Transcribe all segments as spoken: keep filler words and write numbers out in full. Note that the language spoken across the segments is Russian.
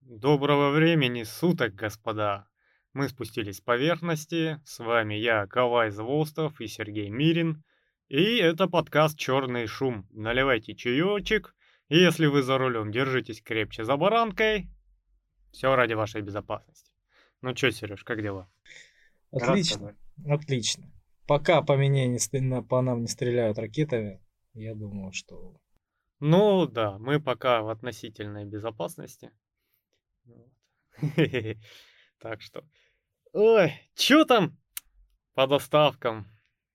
Доброго времени суток, господа! Мы спустились с поверхности. С вами я, Кавай Звостов и Сергей Мирин. И это подкаст «Черный шум». Наливайте чаечек. И если вы за рулем, держитесь крепче за баранкой. Все ради вашей безопасности. Ну чё, Сереж, как дела? Отлично, Рассказывай. отлично. Пока по мне не, ст- на- по нам не стреляют ракетами, я думаю, что... Ну да, мы пока в относительной безопасности. Вот. Так что... Ой, чё там по доставкам?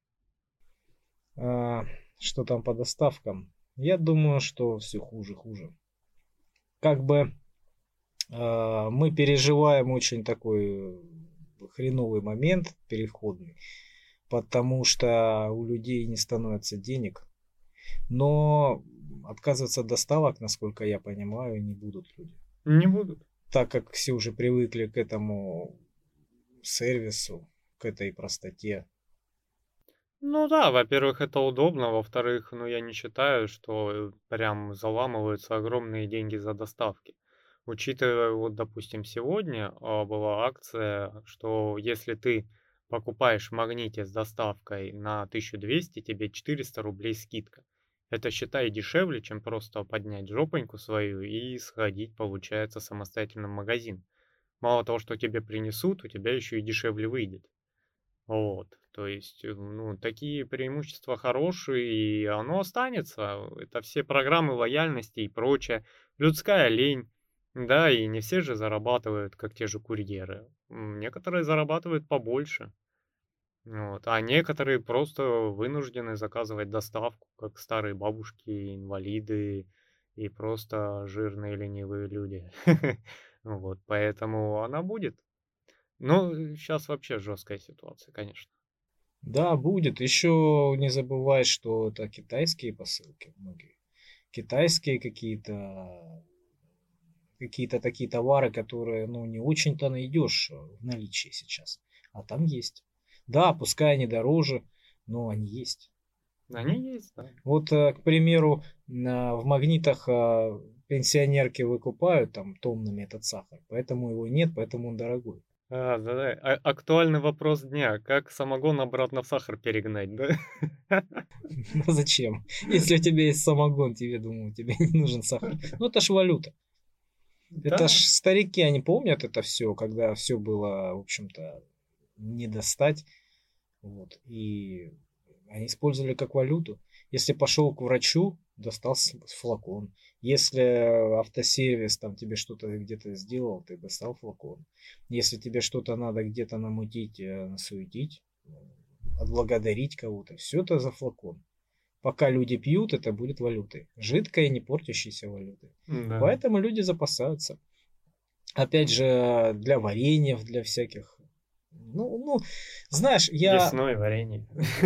а, что там по доставкам? Я думаю, что все хуже, хуже. Как бы а, мы переживаем очень такой э, хреновый момент переходный, потому что у людей не становится денег, но отказываться от доставок, насколько я понимаю, не будут люди. Не будут. Так как все уже привыкли к этому сервису, к этой простоте. Ну да, во-первых, это удобно, во-вторых, ну я не считаю, что э, прям заламываются огромные деньги за доставки. Учитывая, вот, допустим, сегодня а, была акция, что если ты покупаешь в магните с доставкой на тысячу двести, тебе четыреста рублей скидка. Это, считай, дешевле, чем просто поднять жопоньку свою и сходить, получается, самостоятельно в магазин. Мало того, что тебе принесут, у тебя еще и дешевле выйдет. Вот, то есть, э, ну, такие преимущества хорошие, и оно останется. Это все программы лояльности и прочее. Людская лень, да, и не все же зарабатывают, как те же курьеры. М, Некоторые зарабатывают побольше, вот, а некоторые просто вынуждены заказывать доставку, как старые бабушки, инвалиды и просто жирные ленивые люди. Вот, поэтому она будет. Ну, сейчас вообще жесткая ситуация, конечно. Да, будет. Еще не забывай, что это китайские посылки многие. Китайские какие-то какие-то такие товары, которые, ну, не очень-то найдешь в наличии сейчас. А там есть. Да, пускай они дороже, но они есть. Они есть, да. Вот, э, к примеру, на- в магнитах а, пенсионерки выкупают там тоннами этот сахар, поэтому его нет, поэтому он дорогой. А, да-да. А- актуальный вопрос дня. Как самогон обратно в сахар перегнать, да? Ну зачем? Если у тебя есть самогон, тебе, думаю, тебе не нужен сахар. Ну это ж валюта. Это ж Да. старики, они помнят это все, когда все было, в общем-то, не достать. Вот. И они использовали как валюту. Если пошел к врачу, достал с- флакон. Если автосервис там тебе что-то где-то сделал, ты достал флакон. Если тебе что-то надо где-то намутить, э, насуетить, э, отблагодарить кого-то, все это за флакон. Пока люди пьют, это будет валютой. Жидкой, не портящейся валютой. Да. Поэтому люди запасаются. Опять же, для вареньев, для всяких. Ну, ну, знаешь, я, Весной варенье.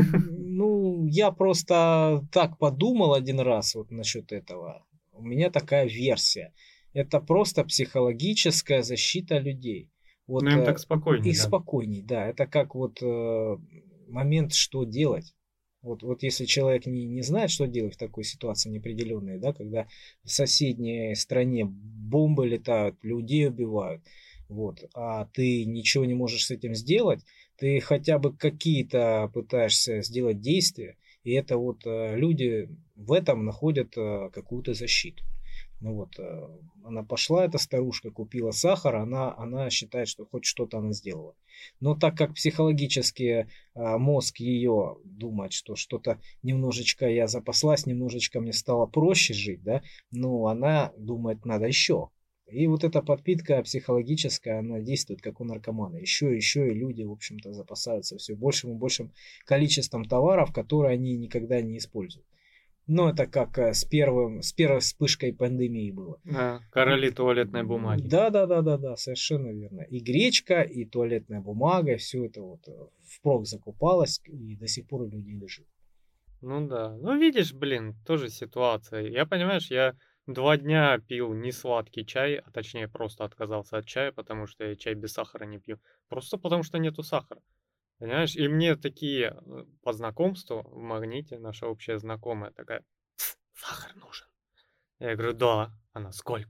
ну, я просто так подумал один раз вот насчет этого. У меня такая версия. Это просто психологическая защита людей. Ну, Вот им так э, спокойней, их да. спокойней, да. Это как вот э, момент, что делать. Вот, вот если человек не, не знает, что делать в такой ситуации неопределенной, да, когда в соседней стране бомбы летают, людей убивают, вот, а ты ничего не можешь с этим сделать, ты хотя бы какие-то пытаешься сделать действия, и это вот э, люди в этом находят э, какую-то защиту. Ну вот, э, она пошла, эта старушка, купила сахар, она, она считает, что хоть что-то она сделала. Но так как психологически э, мозг ее думает, что что-то немножечко я запаслась, немножечко мне стало проще жить, да, ну, она думает, надо еще. И вот эта подпитка психологическая, она действует как у наркомана. Еще, еще и люди, в общем-то, запасаются все большим и большим количеством товаров, которые они никогда не используют. Ну, это как э, с первым, с первой вспышкой пандемии было. А, короли туалетной бумаги. Да, да, да, да, да, совершенно верно. И гречка, и туалетная бумага, все это вот э, впрок закупалось, и до сих пор у людей лежит. Ну да. Ну, видишь, блин, тоже ситуация. Я, понимаешь, я два дня пил несладкий чай, а точнее просто отказался от чая, потому что я чай без сахара не пью. Просто потому что нету сахара. Понимаешь? И мне такие э, по знакомству в магните наша общая знакомая такая: «Сахар нужен». Я говорю: «Да». Она: «Сколько?»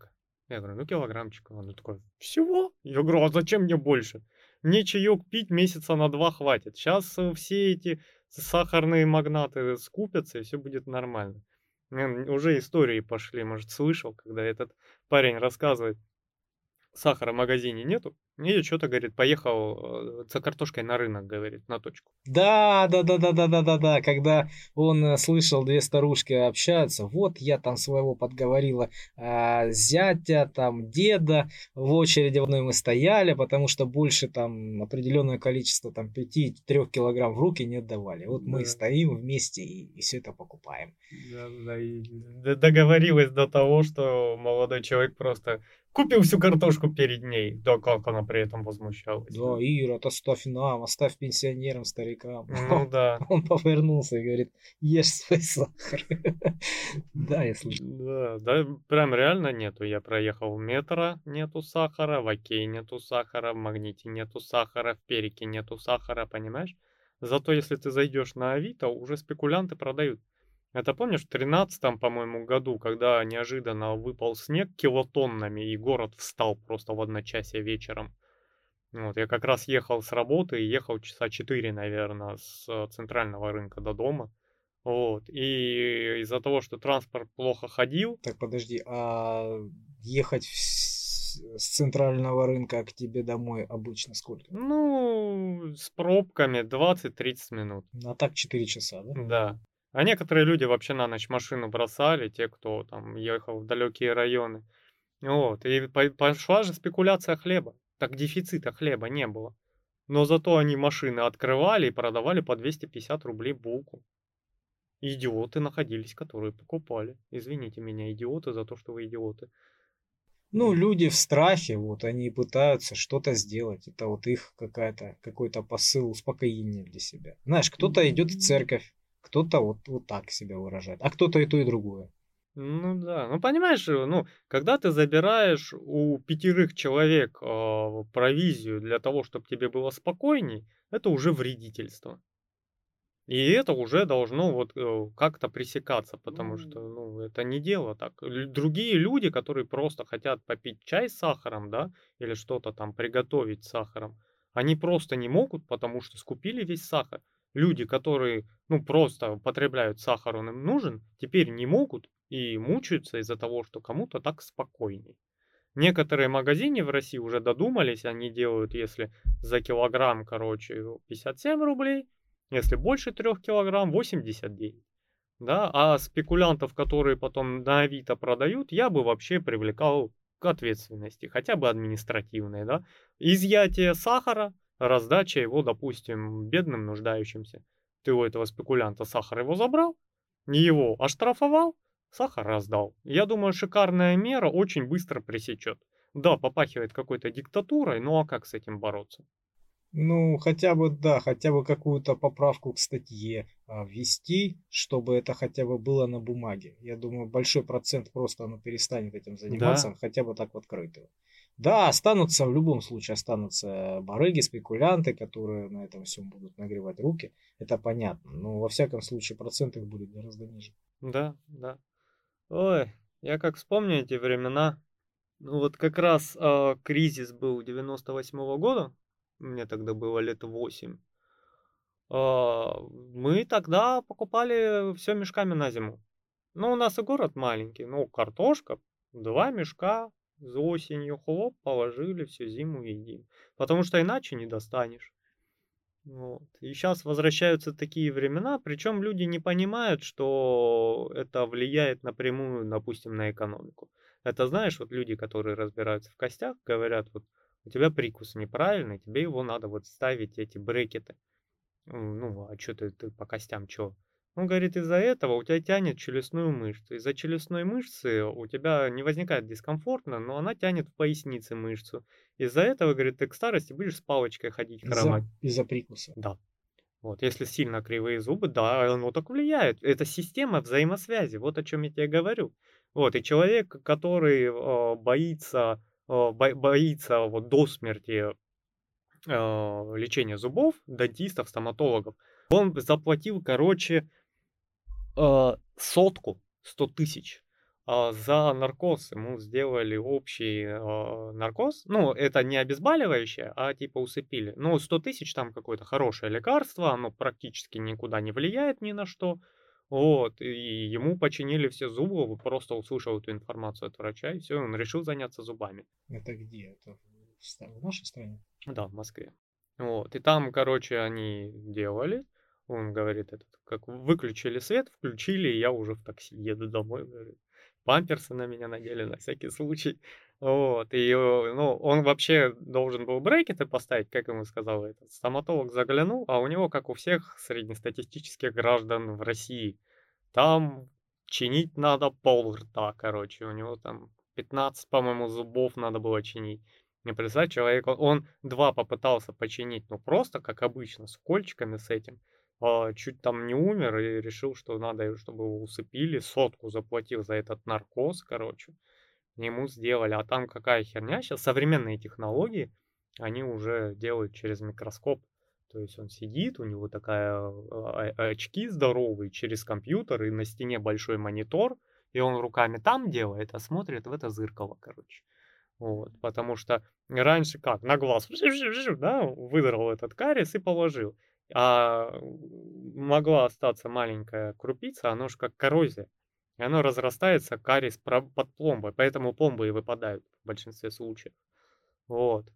Я говорю: "Ну, килограммчик". Он такой: "Всего?" Я говорю: "А зачем мне больше? Мне чаек пить месяца на два хватит. Щас, э, все эти с сахарные магнаты скупятся, и все будет нормально". М, уже истории пошли, может, слышал, когда этот парень рассказывает: сахара в магазине нету, и что-то, говорит, поехал, э, за картошкой на рынок, говорит, на точку. Да, да-да-да-да-да-да-да, когда он, э, слышал, две старушки общаются: "Вот я там своего подговорила, а, зятя, там деда, в очереди в одной мы стояли, потому что больше там определенное количество, там пяти трёх килограмм в руки не отдавали. Вот мы и Да, стоим вместе и и всё это покупаем". да-да-да, и д договорилась до того, что молодой человек просто купил всю картошку перед ней. Да как она при этом возмущалась, Да, да. Ирод, оставь нам, оставь пенсионерам, старикам. Ну да. Он повернулся и говорит: "Ешь свой сахар". Да, я слышал. Да, да, прям реально нету. Я проехал в метро, нету сахара, в Окей нету сахара, в Магните нету сахара, в Перике нету сахара, понимаешь? Зато если ты зайдешь на Авито, уже спекулянты продают. Это помнишь, в тринадцатом, по-моему, году, когда неожиданно выпал снег килотоннами, и город встал просто в одночасье вечером. Вот, я как раз ехал с работы, и ехал часа четыре, наверное, с э, центрального рынка до дома. Вот, и из-за того, что транспорт плохо ходил, Так, подожди, а ехать в с с центрального рынка к тебе домой обычно сколько? ну, с пробками двадцать-тридцать минут. А так четыре часа, да? Да. А некоторые люди вообще на ночь машину бросали, те, кто там ехал в далекие районы. Вот, и по- пошла же спекуляция хлеба. Так дефицита хлеба не было. Но зато они машины открывали и продавали по двести пятьдесят рублей булку. Идиоты находились, которые покупали. Извините меня, идиоты, за то, что вы идиоты. Ну, М, люди в страхе, вот они пытаются что-то сделать. Это вот их какая-то какой-то посыл успокоения для себя. Знаешь, кто-то идет в м, церковь, кто-то вот вот так себя выражает, а кто-то и то, и другое. Ну да, ну понимаешь, э, ну, когда ты забираешь у пятерых человек а, провизию для того, чтобы тебе было спокойней, это уже вредительство. И это уже должно вот э, как-то пресекаться, потому Ну, что, ну, это не дело так. Лю- Другие люди, которые просто хотят попить чай с сахаром, да, или что-то там приготовить с сахаром, они просто не могут, потому что скупили весь сахар. Люди, которые, ну, просто употребляют сахар, он им нужен, теперь не могут и мучаются из-за того, что кому-то так спокойней. Некоторые магазины в России уже додумались, они делают, если за килограмм, короче, пятьдесят семь рублей, если больше трех килограмм, восемьдесят девять. Да, а спекулянтов, которые потом на Авито продают, я бы вообще привлекал к ответственности, хотя бы административной, да. Изъятие сахара, раздача его, допустим, бедным нуждающимся. Ты у этого спекулянта сахар его забрал, его оштрафовал, сахар раздал. Я думаю, шикарная мера очень быстро пресечет. Да, попахивает какой-то диктатурой, ну а как с этим бороться? ну, хотя бы, да, хотя бы какую-то поправку к статье а, ввести, чтобы это хотя бы было на бумаге. Я думаю, большой процент просто оно перестанет этим Да, заниматься, хотя бы так в открытую. Да, останутся, в любом случае останутся барыги, спекулянты, которые на этом всем будут нагревать руки. Это понятно. Но во всяком случае процент их будет гораздо ниже. да, да. Ой, я как вспомню эти времена. Ну вот как раз, а, кризис был девяносто восьмого года, мне тогда было лет восемь. А, мы тогда покупали все мешками на зиму. Ну, у нас и город маленький, ну, картошка, два мешка за осенью, хлоп, положили, всю зиму едим. Потому что иначе не достанешь. Вот. И сейчас возвращаются такие времена, причем люди не понимают, что это влияет напрямую, допустим, на экономику. Это знаешь, вот люди, которые разбираются в костях, говорят, вот у тебя прикус неправильный, тебе его надо вот ставить эти брекеты. М, Ну, а что ты, ты по костям чё? Он говорит, из-за этого у тебя тянет челюстную мышцу. Из-за челюстной мышцы у тебя не возникает дискомфортно, но она тянет в пояснице мышцу. Из-за этого, говорит, ты к старости будешь с палочкой ходить, Из-за хромать. из-за прикуса. Да. Вот, если сильно кривые зубы, да, оно так влияет. Это система взаимосвязи, вот о чем я тебе говорю. Вот, и человек, который э, боится, э, бо- боится вот до смерти э, лечения зубов, дантистов, стоматологов, он заплатил, короче, э, сотку, сто тысяч. а, за наркоз ему сделали общий, а, наркоз. Ну, это не обезболивающее, а типа усыпили. Ну, сто тысяч там какое-то хорошее лекарство, оно практически никуда не влияет ни на что. Вот, и ему починили все зубы, вот просто услышал эту информацию от врача, и все, он решил заняться зубами. Это где? Это в, ста- в нашей стране? Да, в Москве. Вот, и там, короче, они делали. Он говорит, этот, как выключили свет, включили, и я уже в такси еду домой, говорит. Памперсы на меня надели на всякий случай. Вот, и, э, ну, он вообще должен был брекеты поставить, как ему сказал этот стоматолог, заглянул, а у него, как у всех среднестатистических граждан в России, там чинить надо пол рта, короче, у него там пятнадцать, по-моему, зубов надо было чинить. Не представь, человек, он, он два попытался починить, ну просто, как обычно, с кольчиками с этим. А, чуть там не умер и решил, что надо, чтобы его усыпили. Сотку заплатил за этот наркоз, короче. Ему сделали. А там какая херня сейчас? Современные технологии, они уже делают через микроскоп. То есть он сидит, у него такая а, а, очки здоровые через компьютер, и на стене большой монитор, и он руками там делает, а смотрит в это зеркало, короче. Вот, потому что раньше как, на глаз, да, выдрал этот кариес и положил. А могла остаться маленькая крупица, оно же как коррозия. И оно разрастается, кариес про- под пломбой, поэтому пломбы и выпадают в большинстве случаев. Вот.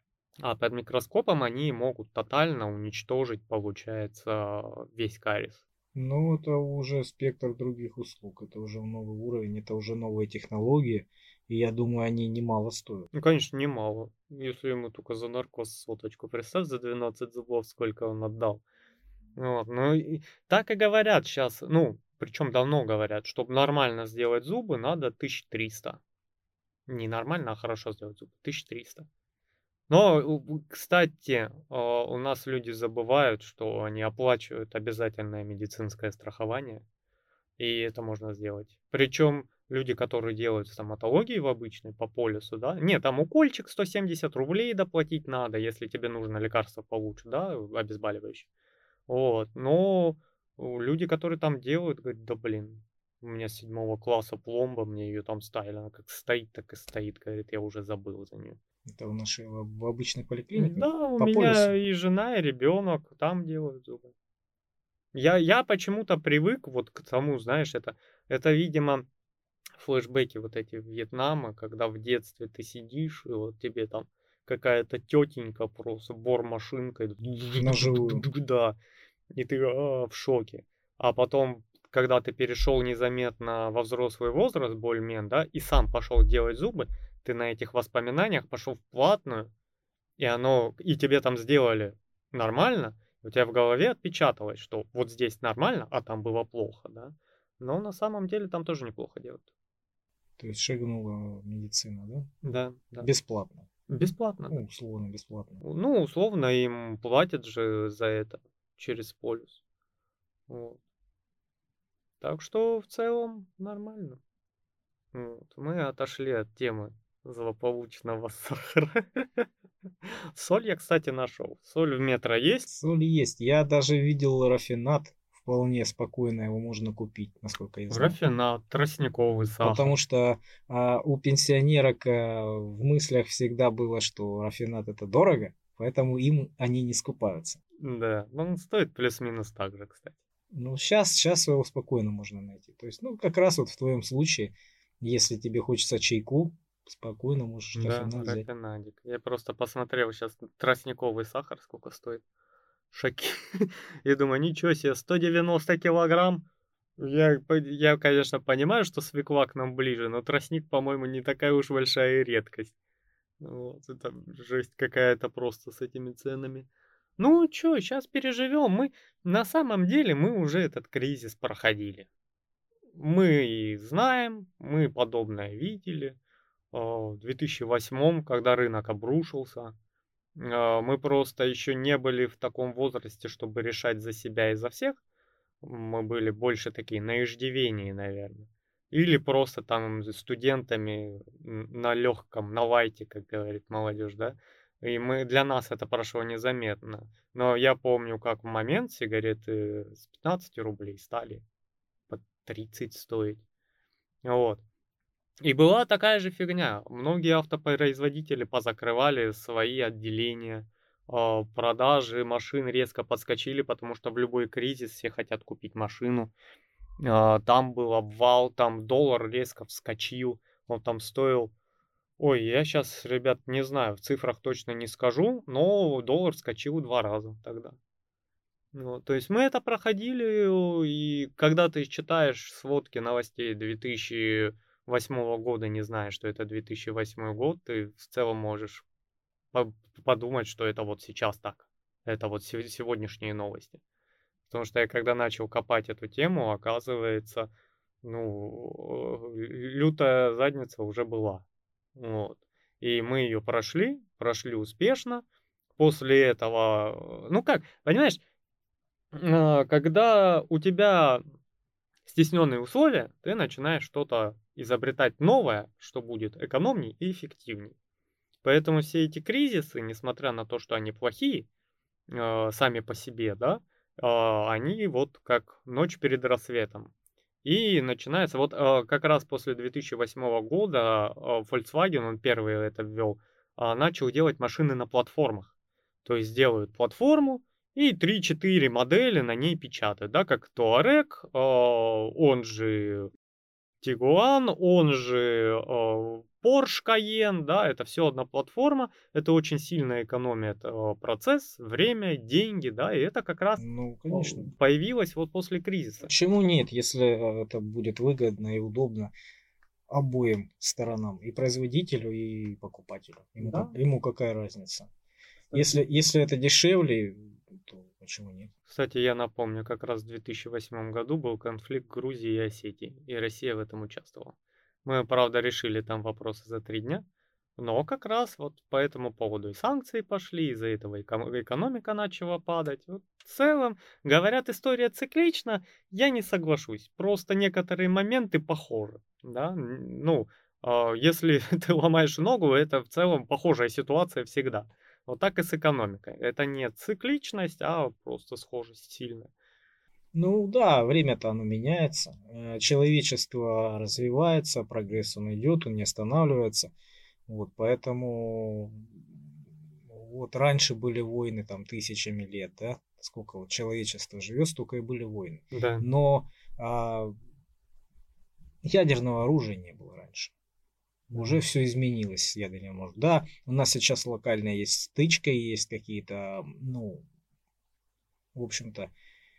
А под микроскопом они могут тотально уничтожить, получается, весь кариес. Ну, это уже спектр других услуг, это уже новый уровень, это уже новые технологии, и я думаю, они немало стоят. Ну, конечно, немало. Если ему только за наркоз соточку, представь, за двенадцать зубов, сколько он отдал. Вот, ну и так и говорят сейчас, ну, причем давно говорят, чтобы нормально сделать зубы, надо тысяча триста. Не нормально, а хорошо сделать зубы. тысяча триста. Но, у- у- кстати, а, у нас люди забывают, что они оплачивают обязательное медицинское страхование, и это можно сделать. Причем люди, которые делают стоматологии в обычной по полису, да, нет, там укольчик сто семьдесят рублей доплатить надо, если тебе нужно лекарство получше, да, обезболивающее. Вот, но у люди, которые там делают, говорят: "Да блин, у меня с седьмого класса пломба, мне ее там ставили, она как стоит, так и стоит", говорит, "я уже забыл за нее". Это в нашей в в обычных поликлиниках Да, у по меня полису. и жена, и ребенок там делают зубы. Я я почему-то привык вот к тому, знаешь, это это, видимо, флешбеки вот эти Вьетнама, когда в детстве ты сидишь, и вот тебе там какая-то тетенька просто бормашинкой, Наживую. да, и ты, а, в шоке. А потом, когда ты перешел незаметно во взрослый возраст более-менее, да, и сам пошел делать зубы, ты на этих воспоминаниях пошел в платную, и оно, и тебе там сделали нормально, у тебя в голове отпечаталось, что вот здесь нормально, а там было плохо, да. Но на самом деле там тоже неплохо делают. То есть шагнула медицина, да? Да, да. Бесплатно. Бесплатно, да. Ну, условно бесплатно. Ну, условно, им платят же за это через полюс. Вот. Так что в целом нормально. Вот. Мы отошли от темы злополучного сахара. Соль я, кстати, нашел. Соль в метро есть. Соль есть. Я даже видел рафинат. Вполне спокойно его можно купить, насколько я знаю. Рафинад, тростниковый Потому сахар. что а, у пенсионерок а, в мыслях всегда было, что рафинат это дорого, поэтому им они не скупаются. Да, ну, он стоит плюс-минус так же, кстати. Ну, сейчас, сейчас его спокойно можно найти. То есть, ну, как раз вот в твоем случае, если тебе хочется чайку, спокойно можешь Да, рафинат взять. рафинадик. Я просто посмотрел сейчас тростниковый сахар сколько стоит. Шоки. Я думаю, ничего себе, сто девяносто килограмм. Я, по- я, конечно, понимаю, что свекла к нам ближе, но тростник, по-моему, не такая уж большая редкость. Вот, это жесть какая-то просто с этими ценами. Ну, чё, сейчас переживем. Мы, на самом деле, мы уже этот кризис проходили. Мы и знаем, мы подобное видели. А, В две тысячи восьмом, когда рынок обрушился, а, мы просто еще не были в таком возрасте, чтобы решать за себя и за всех. Мы были больше такие на иждивении, наверное. Или просто там с студентами н- на легком, на лайте, как говорит молодежь, да. И мы, для нас это прошло незаметно. Но я помню, как в момент сигареты с пятнадцати рублей стали по тридцать стоить. Вот. И была такая же фигня. Многие автопроизводители позакрывали свои отделения. А, продажи машин резко подскочили, потому что в любой кризис все хотят купить машину. А, там был обвал, там доллар резко вскочил. Он там стоил... Ой, я сейчас, ребят, не знаю, в цифрах точно не скажу, но доллар вскочил два раза тогда. Ну, то есть мы это проходили, о, и когда ты читаешь сводки новостей две тысячи восьмого года, не зная, что это две тысячи восьмой год, ты в целом можешь по- подумать, что это вот сейчас так. Это вот се- сегодняшние новости. Потому что я когда начал копать эту тему, оказывается, ну, э, лютая задница уже была. Вот. И мы ее прошли, прошли успешно. После этого, э, ну как, понимаешь, а, когда у тебя стесненные условия, ты начинаешь что-то изобретать новое, что будет экономней и эффективней. Поэтому все эти кризисы, несмотря на то, что они плохие, э, сами по себе, да, а, они вот как ночь перед рассветом. И начинается вот э, как раз после две тысячи восьмого года э, Volkswagen, он первый это ввел, а, начал делать машины на платформах. То есть делают платформу и три-четыре модели на ней печатают, да, как Touareg, э, он же Tiguan, он же э, Porsche Cayenne, да, это все одна платформа, это очень сильно экономит э, процесс, время, деньги, да, и это как раз Ну, э, конечно. появилось вот после кризиса. Почему нет, если э, это будет выгодно и удобно обоим сторонам, и производителю, и покупателю? Ему, Да, как- ему какая разница? кстати. Если, если это дешевле, то почему нет? Кстати, я напомню, как раз в две тысячи восьмом году был конфликт Грузии и Осетии, и Россия в этом участвовала. Мы, правда, решили там вопросы за три дня, но как раз вот по этому поводу и санкции пошли, из-за этого эко- экономика начала падать. Вот в целом, говорят, история циклична, я не соглашусь. Просто некоторые моменты похожи, да. Н- Ну, а, если ты ломаешь ногу, это в целом похожая ситуация всегда. Вот так и с экономикой. Это не цикличность, а просто схожесть сильная. Ну да, время-то оно меняется. Э, Человечество развивается, прогресс он идет, он не останавливается. Вот, поэтому вот раньше были войны там тысячами лет, да, сколько вот человечество живет, столько и были войны. Да, Но а, ядерного оружия не было раньше. Уже да. все изменилось с ядерным оружием. Да, у нас сейчас локально есть стычка, есть какие-то, ну, в общем-то,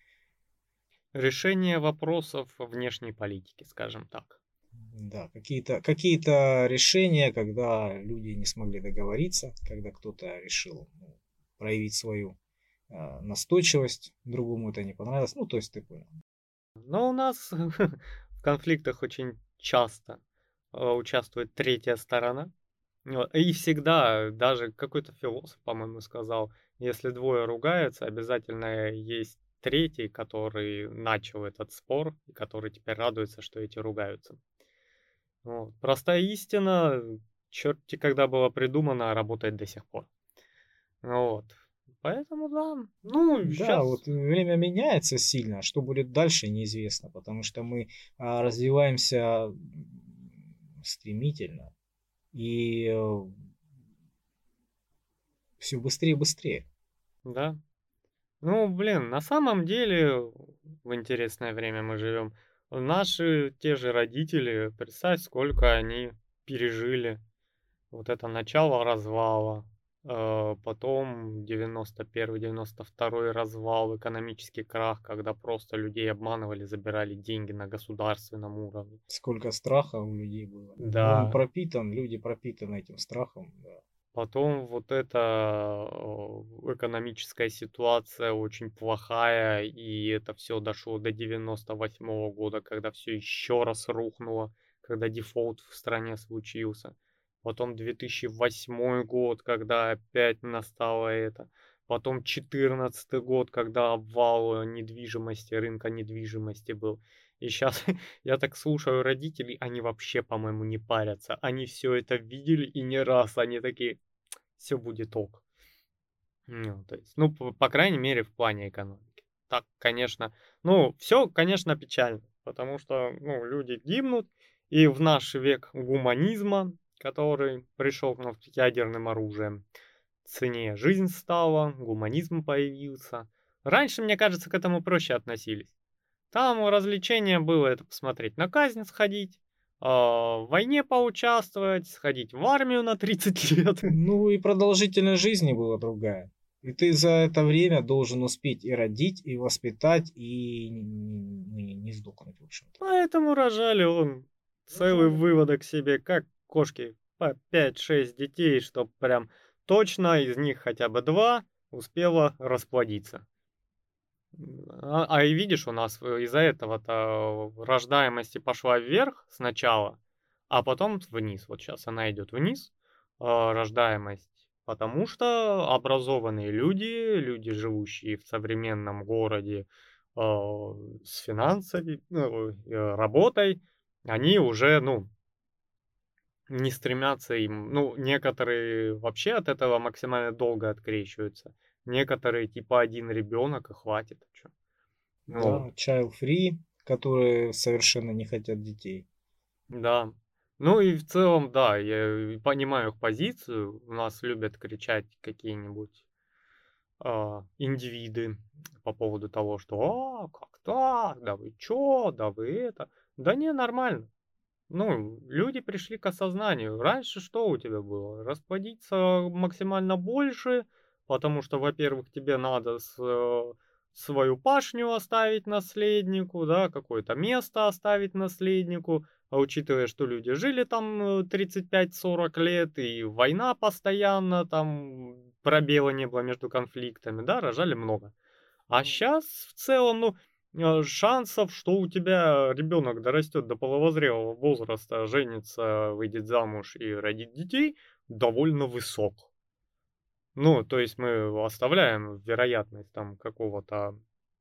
Решение вопросов внешней политики, скажем так. да, какие-то какие-то решения, когда люди не смогли договориться, когда кто-то решил, ну, проявить свою а, настойчивость, другому это не понравилось. Ну, то есть ты понял. Но у нас в конфликтах очень часто э, участвует третья сторона. Вот. И всегда, даже какой-то философ, по-моему, сказал, если двое ругаются, обязательно есть третий, который начал этот спор, и который теперь радуется, что эти ругаются. Вот. Простая истина, черти когда была придумана, а работает до сих пор. Вот. Поэтому да. Ну Ну, да, сейчас вот время меняется сильно, что будет дальше неизвестно, потому что мы а, развиваемся м, стремительно и все быстрее и быстрее. да. Ну, блин, на самом деле в интересное время мы живем. Наши те же родители, представь, сколько они пережили. Вот это начало развала, э, потом девяносто первый девяносто второй развал, экономический крах, когда просто людей обманывали, забирали деньги на государственном уровне. Сколько страха у людей было. Он Да, пропитан, люди пропитаны этим страхом. Да. потом вот эта э, экономическая ситуация очень плохая, и это все дошло до девяносто восьмого года, когда все еще раз рухнуло, когда дефолт в стране случился. Потом две тысячи восьмой год, когда опять настало это. Потом четырнадцатый год, когда обвал э, недвижимости, рынка недвижимости был. И сейчас я так слушаю родителей, они вообще, по-моему, не парятся. Они все это видели и не раз. Они такие, все будет ок. Ну, то есть, ну, по, по крайней мере, в плане экономики. Так, конечно, ну, все, конечно, печально, потому что, ну, люди гибнут, И в наш век гуманизма, который пришел к нам с ядерным оружием, цене жизнь стала, гуманизм появился. Раньше, мне кажется, к этому проще относились. Там развлечение было это посмотреть на казнь сходить, а, в войне поучаствовать, сходить в армию на тридцать лет. Ну и продолжительность жизни была другая. И ты за это время должен успеть и родить, и воспитать, и не, не сдохнуть, в общем-то. Поэтому рожали он целый Рожали. выводок себе, как кошки, по пять-шесть детей, чтоб прям точно из них хотя бы два успело расплодиться. А, а и видишь, у нас э, из-за этого-то рождаемость и пошла вверх сначала, а потом вниз. Вот сейчас она идет вниз, а, рождаемость, потому что образованные люди, люди, живущие в современном городе, а, с финансами, ну, э, работой, они уже, ну, не стремятся им. Ну, некоторые вообще от этого максимально долго открещиваются. Некоторые типа один ребенок и хватит. А чё. Ну, Да, child free, которые совершенно не хотят детей. да. Ну и в целом, да, я и понимаю их позицию. У нас любят кричать какие-нибудь а, индивиды по поводу того, что «А, как так? Да вы чё? Да вы это?» Да не, нормально. Ну, люди пришли к осознанию. Раньше что у тебя было? Расплодиться максимально больше, потому что, во-первых, тебе надо с, э, свою пашню оставить наследнику, да, какое-то место оставить наследнику. А учитывая, что люди жили там э, тридцать пять сорок лет, и война постоянно, там пробела не было между конфликтами, да, рожали много. А сейчас в целом, ну, э, шансов, что у тебя ребенок дорастет до половозрелого возраста, женится, выйдет замуж и родит детей, довольно высок. Ну, то есть мы оставляем вероятность там какого-то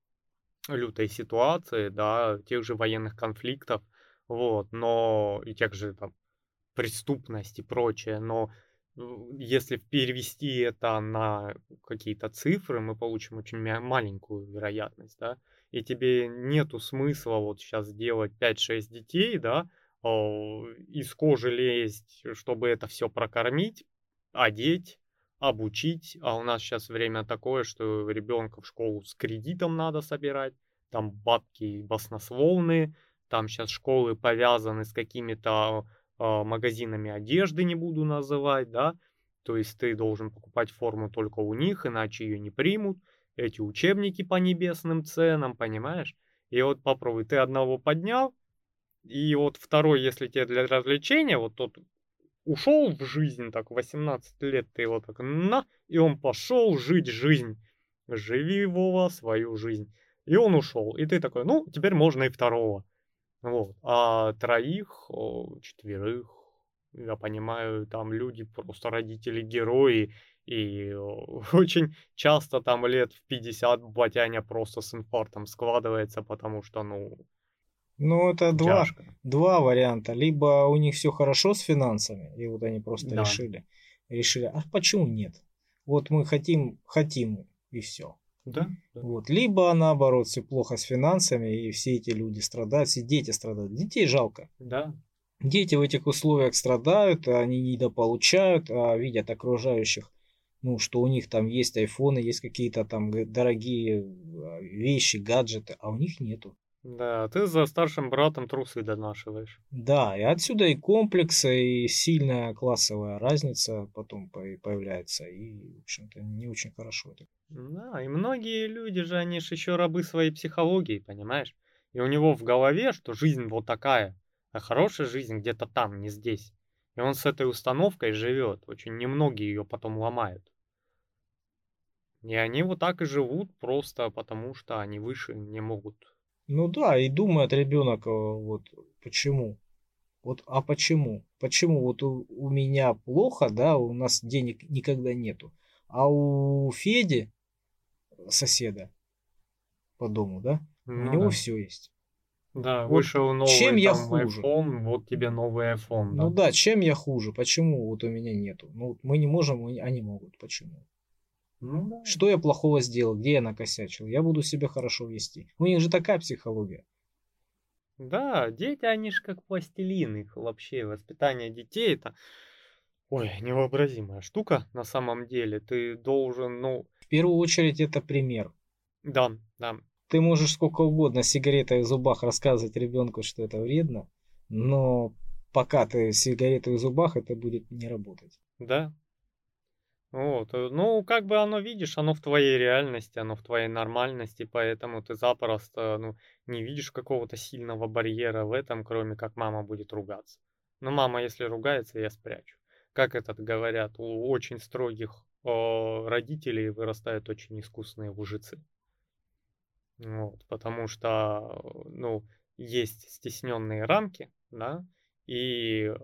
лютой ситуации, да, тех же военных конфликтов, вот, но и тех же там преступность и прочее, но э, если перевести это на какие-то цифры, мы получим очень мя- маленькую вероятность, да, и тебе нету смысла вот сейчас делать пять-шесть детей, да, о, из кожи лезть, чтобы это все прокормить, одеть, обучить, а у нас сейчас время такое, что ребенка в школу с кредитом надо собирать, там бабки баснословные, там сейчас школы повязаны с какими-то а, магазинами одежды, не буду называть, да, то есть ты должен покупать форму только у них, иначе ее не примут, эти учебники по небесным ценам, понимаешь? И вот попробуй, ты одного поднял, и вот второй, если тебе для развлечения, вот тот ушел в жизнь, так, восемнадцать лет ты его так, на, и он пошел жить жизнь. Живи, Вова, свою жизнь. И он ушел. И ты такой, ну, теперь можно и второго. Вот. А троих, о, четверых, я понимаю, там люди, просто родители герои, и о, очень часто там лет в пятьдесят батяня просто с инфарктом складывается, потому что, ну, Ну, это два, тяжко. два варианта. Либо у них все хорошо с финансами, и вот они просто Да, решили, решили, а почему нет? Вот мы хотим, хотим, и все. да, да, Вот. Либо наоборот, все плохо с финансами, и все эти люди страдают, все дети страдают. Детей жалко. да, Дети в этих условиях страдают, они недополучают, а видят окружающих, ну, что у них там есть айфоны, есть какие-то там г- дорогие а, вещи, гаджеты, а у них нету. да, ты за старшим братом трусы донашиваешь. Да, и отсюда и комплексы, и сильная классовая разница потом по- появляется, и, в общем-то, не очень хорошо это. Да, и многие люди же, они же еще рабы своей психологии, понимаешь? И у него в голове, что жизнь вот такая, а хорошая жизнь где-то там, не здесь. И он с этой установкой живет. Очень немногие ее потом ломают. И они вот так и живут просто потому, что они выше не могут. Ну да, и думает ребенок, э, вот почему? Вот, а почему? Почему вот у, у меня плохо, да, у нас денег никогда нету, а у Феди, соседа по дому, да, у Ну него да. все есть. Да, Вот вышел чем новый я там хуже? iPhone, вот тебе новый iPhone, Ну да. да, чем я хуже? Почему вот у меня нету? Ну вот мы не можем, мы- они могут. Почему? Ну да. Что я плохого сделал? Где я накосячил? Я буду себя хорошо вести. У них же такая психология. Да, дети, они ж как пластилин, их вообще воспитание детей это, ой, невообразимая штука на самом деле. Ты должен, ну В первую очередь это пример. да, да, Ты можешь сколько угодно с сигаретой в зубах рассказывать ребенку, что это вредно, но пока ты с сигаретой в зубах, это будет не работать. да. Вот, э, ну, как бы оно, видишь, оно в твоей реальности, оно в твоей нормальности, поэтому ты запросто, ну, не видишь какого-то сильного барьера в этом, кроме как мама будет ругаться. Ну, мама, если ругается, я спрячу. Как этот говорят, у очень строгих о, родителей вырастают очень искусные мужицы. Вот, потому что, э, ну, есть стесненные рамки, да, и э,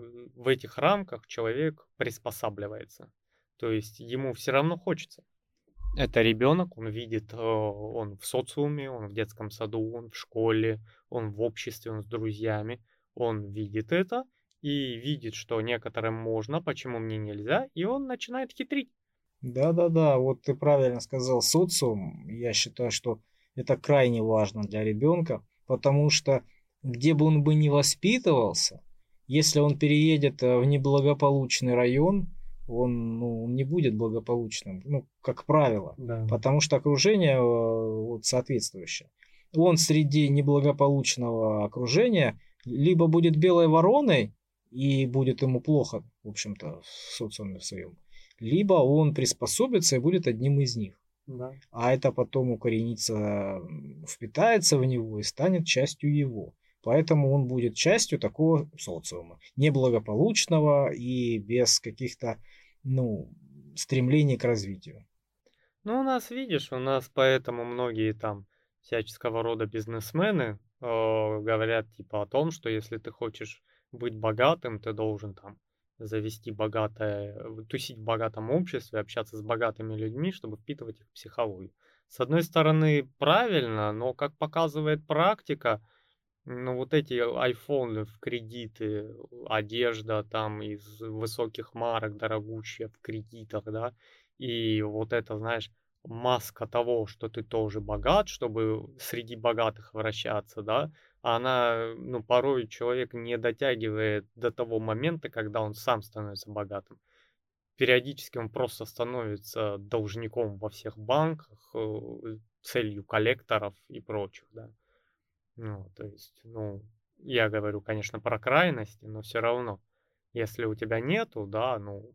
в этих рамках человек приспосабливается. То есть ему все равно хочется. Это ребенок, он видит, э, он в социуме, он в детском саду, он в школе, он в обществе, он с друзьями. Он видит это и видит, что некоторым можно, почему мне нельзя, и он начинает хитрить. Да-да-да, вот ты правильно сказал, социум. Я считаю, что это крайне важно для ребенка, потому что где бы он бы ни воспитывался, если он переедет э, в неблагополучный район, он, ну, он не будет благополучным, ну, как правило, Да. потому что окружение э, вот, соответствующее. Он среди неблагополучного окружения либо будет белой вороной и будет ему плохо, в общем-то, в социуме в своем, либо он приспособится и будет одним из них. Да. А это потом укоренится, впитается в него и станет частью его. Поэтому он будет частью такого социума, неблагополучного и без каких-то, ну, стремлений к развитию. Ну, у нас, видишь, у нас поэтому многие там всяческого рода бизнесмены э, говорят типа о том, что если ты хочешь быть богатым, ты должен там завести богатое, э, тусить в богатом обществе, общаться с богатыми людьми, чтобы впитывать их психологию. С одной стороны, правильно, но, как показывает практика, ну, вот эти айфоны в кредиты, одежда там из высоких марок, дорогущая в кредитах, да, и вот это, знаешь, маска того, что ты тоже богат, чтобы среди богатых вращаться, да, она, ну, порой человек не дотягивает до того момента, когда он сам становится богатым. Периодически он просто становится должником во всех банках, э, целью коллекторов и прочих, да. Ну, то есть, ну, я говорю, конечно, про крайности, но все равно, если у тебя нету, да, ну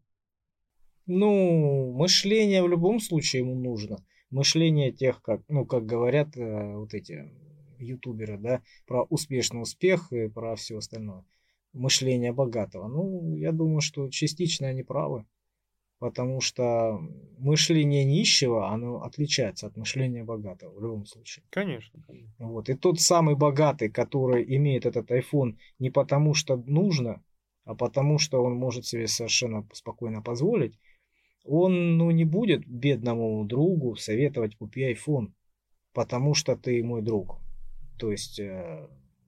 Ну, мышление в любом случае ему нужно. Мышление тех, как, ну, как говорят э, вот эти ютуберы, да, про успешный успех и про все остальное. Мышление богатого. Ну, я думаю, что частично они правы, потому что мышление нищего, оно отличается от мышления богатого в любом случае. конечно, конечно. Вот. И тот самый богатый, который имеет этот iPhone не потому, что нужно, а потому, что он может себе совершенно спокойно позволить, он, ну, не будет бедному другу советовать: купи iPhone, потому что ты мой друг. То есть э,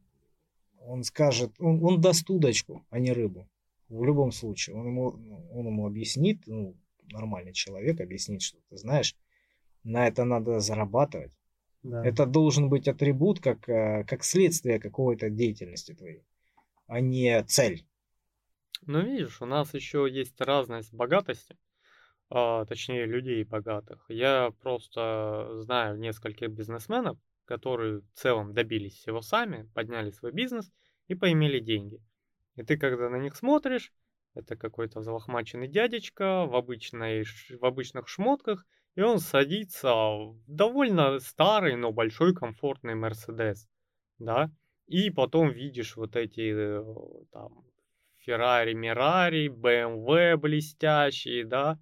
он скажет, он, он даст удочку, а не рыбу. В любом случае, он ему, он ему объяснит, ну, нормальный человек объяснит, что ты знаешь, на это надо зарабатывать. Да. Это должен быть атрибут как, э, как следствие какой-то деятельности твоей, а не цель. Но видишь, у нас еще есть разность богатости, а, точнее, людей богатых. Я просто знаю нескольких бизнесменов, которые в целом добились всего сами, подняли свой бизнес и поимели деньги. И ты, когда на них смотришь, это какой-то взлохмаченный дядечка в обычной, ш- в обычных шмотках, и он садится в довольно старый, но большой комфортный Мерседес, да, и потом видишь вот эти э, там Феррари, Мирари, бэ эм вэ блестящие, да,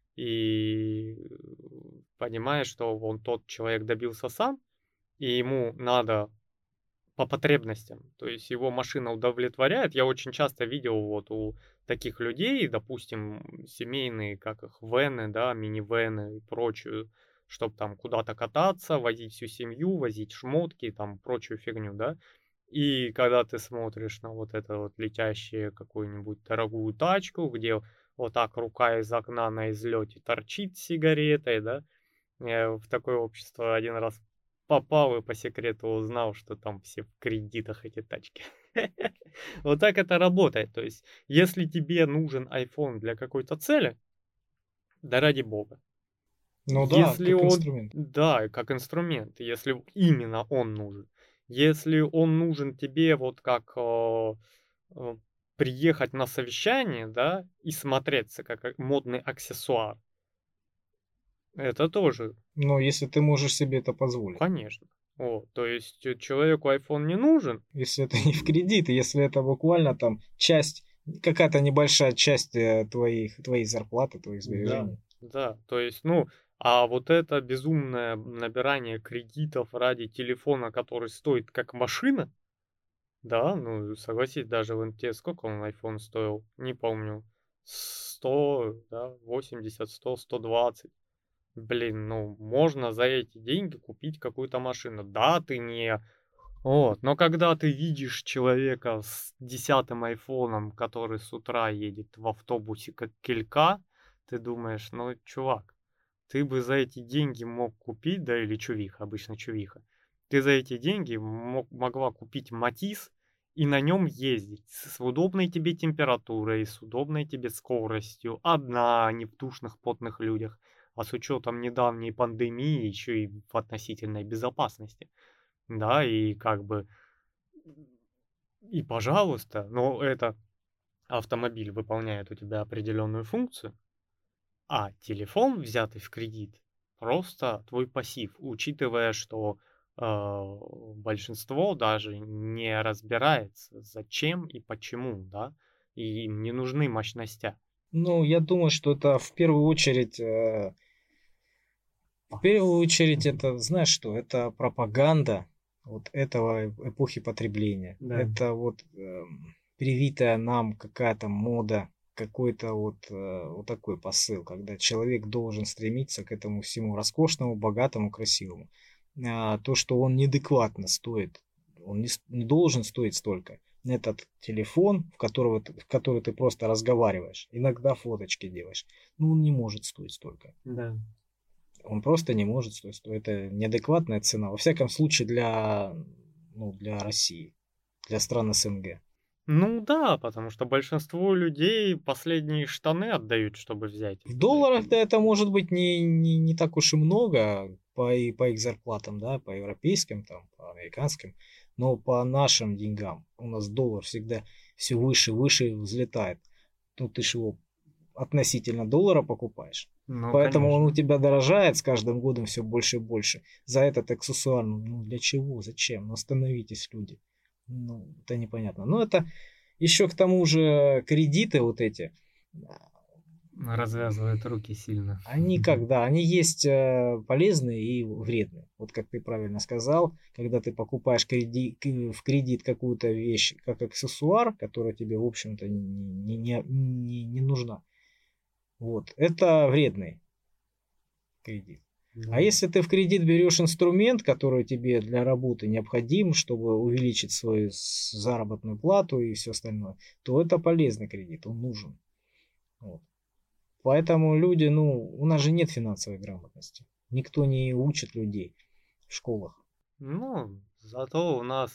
и э, понимаешь, что он тот человек добился сам, и ему надо по потребностям. То есть его машина удовлетворяет. Я очень часто видел вот у таких людей, допустим, семейные, как их, вены, да, минивены и прочую, чтобы там куда-то кататься, возить всю семью, возить шмотки, там прочую фигню, да. И когда ты смотришь на вот это вот летящее какую-нибудь дорогую тачку, где вот так рука из окна на излете торчит с сигаретой, да. Я в такое общество один раз попал и по секрету узнал, что там все в кредитах эти тачки. Вот так это работает. То есть, если тебе нужен iPhone для какой-то цели, да ради бога. Ну да, Если как он, инструмент. да, как инструмент, если именно он нужен. Если он нужен тебе вот как э, э, приехать на совещание, да, и смотреться как э, модный аксессуар, это тоже, Но если ты можешь себе это позволить. конечно. Вот, то есть э, человеку iPhone не нужен, Если это не в кредит, и если это буквально там часть, какая-то небольшая часть э, твоих, твоей зарплаты, твоих да, сбережений. да, то есть, ну, а вот это безумное набирание кредитов ради телефона, который стоит как машина, да, ну, согласись, даже вон те сколько он iPhone стоил, не помню, сто, да, восемьдесят, сто, сто двадцать. Блин, ну, можно за эти деньги купить какую-то машину. Да, ты не... Вот, но когда ты видишь человека с десятым айфоном, который с утра едет в автобусе как килька, ты думаешь, ну, чувак, ты бы за эти деньги мог купить, да, или чувиха, обычно чувиха, ты за эти деньги мог, могла купить Матис и на нем ездить с удобной тебе температурой, с удобной тебе скоростью, одна, а не в душных потных людях, а с учетом недавней пандемии еще и в относительной безопасности. Да, и как бы, и пожалуйста, но это автомобиль выполняет у тебя определенную функцию, а телефон, взятый в кредит, просто твой пассив, учитывая, что э, большинство даже не разбирается, зачем и почему, да, и им не нужны мощностя. Ну, я думаю, что это в первую очередь, э, в первую очередь это, знаешь что, это пропаганда вот этого эпохи потребления. Да. Это вот эм, привитая нам какая-то мода, какой-то вот, э, вот такой посыл, когда человек должен стремиться к этому всему роскошному, богатому, красивому. А, то, что он неадекватно стоит, он не, с- не должен стоить столько. Этот телефон, в, которого, ты- в который ты просто разговариваешь, иногда фоточки делаешь, ну, он не может стоить столько. Да. Он просто не может стоить столько. Это неадекватная цена. Во всяком случае, для, ну, для России, для стран СНГ. Ну да, потому что большинство людей последние штаны отдают, чтобы взять. В долларах-то это может быть не, не, не так уж и много по, и- по их зарплатам, да, по европейским, там, по американским, но по нашим деньгам у нас доллар всегда все выше, выше взлетает. Ну, ты ж его относительно доллара покупаешь. Ну, Поэтому он у конечно. тебя дорожает с каждым годом все больше и больше. За этот аксессуар, ну ну, для чего, зачем? Ну остановитесь, люди. Ну, это непонятно. Но это еще к тому же кредиты вот эти, Развязывает руки сильно. они когда, они есть э, полезные и вредные. Вот как ты правильно сказал, когда ты покупаешь креди- к- в кредит какую-то вещь как аксессуар, которая тебе, в общем-то, не, не, не, не нужна. Вот, это вредный кредит. А Да. если ты в кредит берешь инструмент, который тебе для работы необходим, чтобы увеличить свою с- заработную плату и все остальное, то это полезный кредит, он нужен. Вот. Поэтому люди, ну, у нас же нет финансовой грамотности. Никто не учит людей в школах. Ну, зато у нас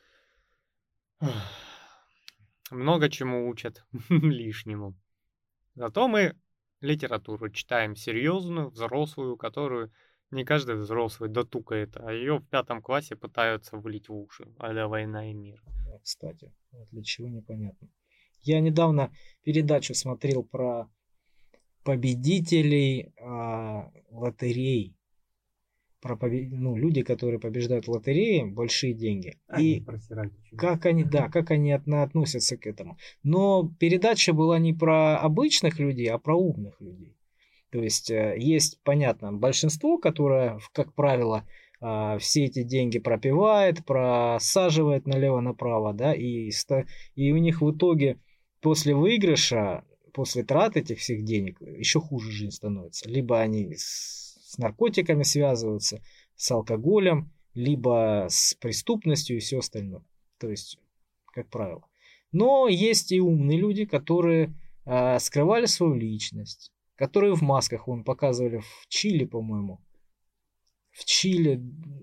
много чему учат лишнему. Зато мы литературу читаем серьезную, взрослую, которую не каждый взрослый дотукает, а ее в пятом классе пытаются влить в уши, а «Война и мир». Да, кстати, вот для чего непонятно. Я недавно передачу смотрел про победителей а, лотерей. Про побе- ну, люди, которые побеждают в лотерее, большие деньги. И как они, да, как они отно- относятся к этому. Но передача была не про обычных людей, а про умных людей. То есть э, есть, понятно, большинство, которое, в- как правило, а, все эти деньги пропивает, просаживает налево-направо, да, и, ста- и у них в итоге после выигрыша, после трат этих всех денег, еще хуже жизнь становится. Либо они с, с наркотиками связываются, с алкоголем, либо с преступностью и все остальное. То есть, как правило. Но есть и умные люди, которые а, скрывали свою личность, которые в масках, вон, показывали в Чили, по-моему. В Чили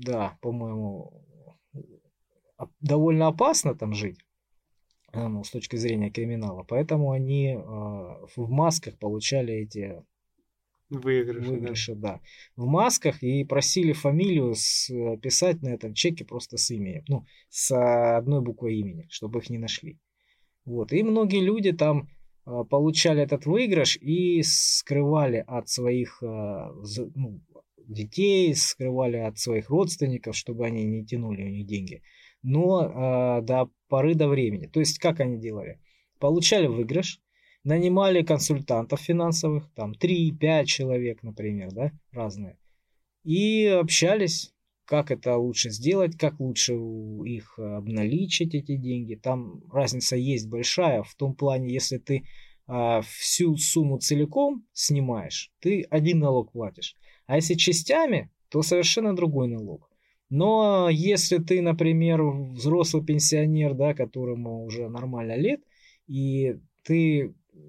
да, по-моему, оп- довольно опасно там жить, а, ну, с точки зрения криминала. Поэтому они а, в масках получали эти Выигрыши, да. выигрыши, да, в масках и просили фамилию с- э, писать на этом чеке просто с именем, ну, с а, одной буквой имени, чтобы их не нашли. Вот. И многие люди там а, получали этот выигрыш и скрывали от своих а, з- ну, детей, скрывали от своих родственников, чтобы они не тянули у них деньги. Но а, до поры до времени. То есть, как они делали? Получали выигрыш, нанимали консультантов финансовых, там три-пять человек, например, да, разные, и общались, как это лучше сделать, как лучше у- их обналичить, эти деньги. Там разница есть большая в том плане, если ты а, всю сумму целиком снимаешь, ты один налог платишь. А если частями, то совершенно другой налог. Но если ты, например, взрослый пенсионер, да, которому уже нормально лет, и ты,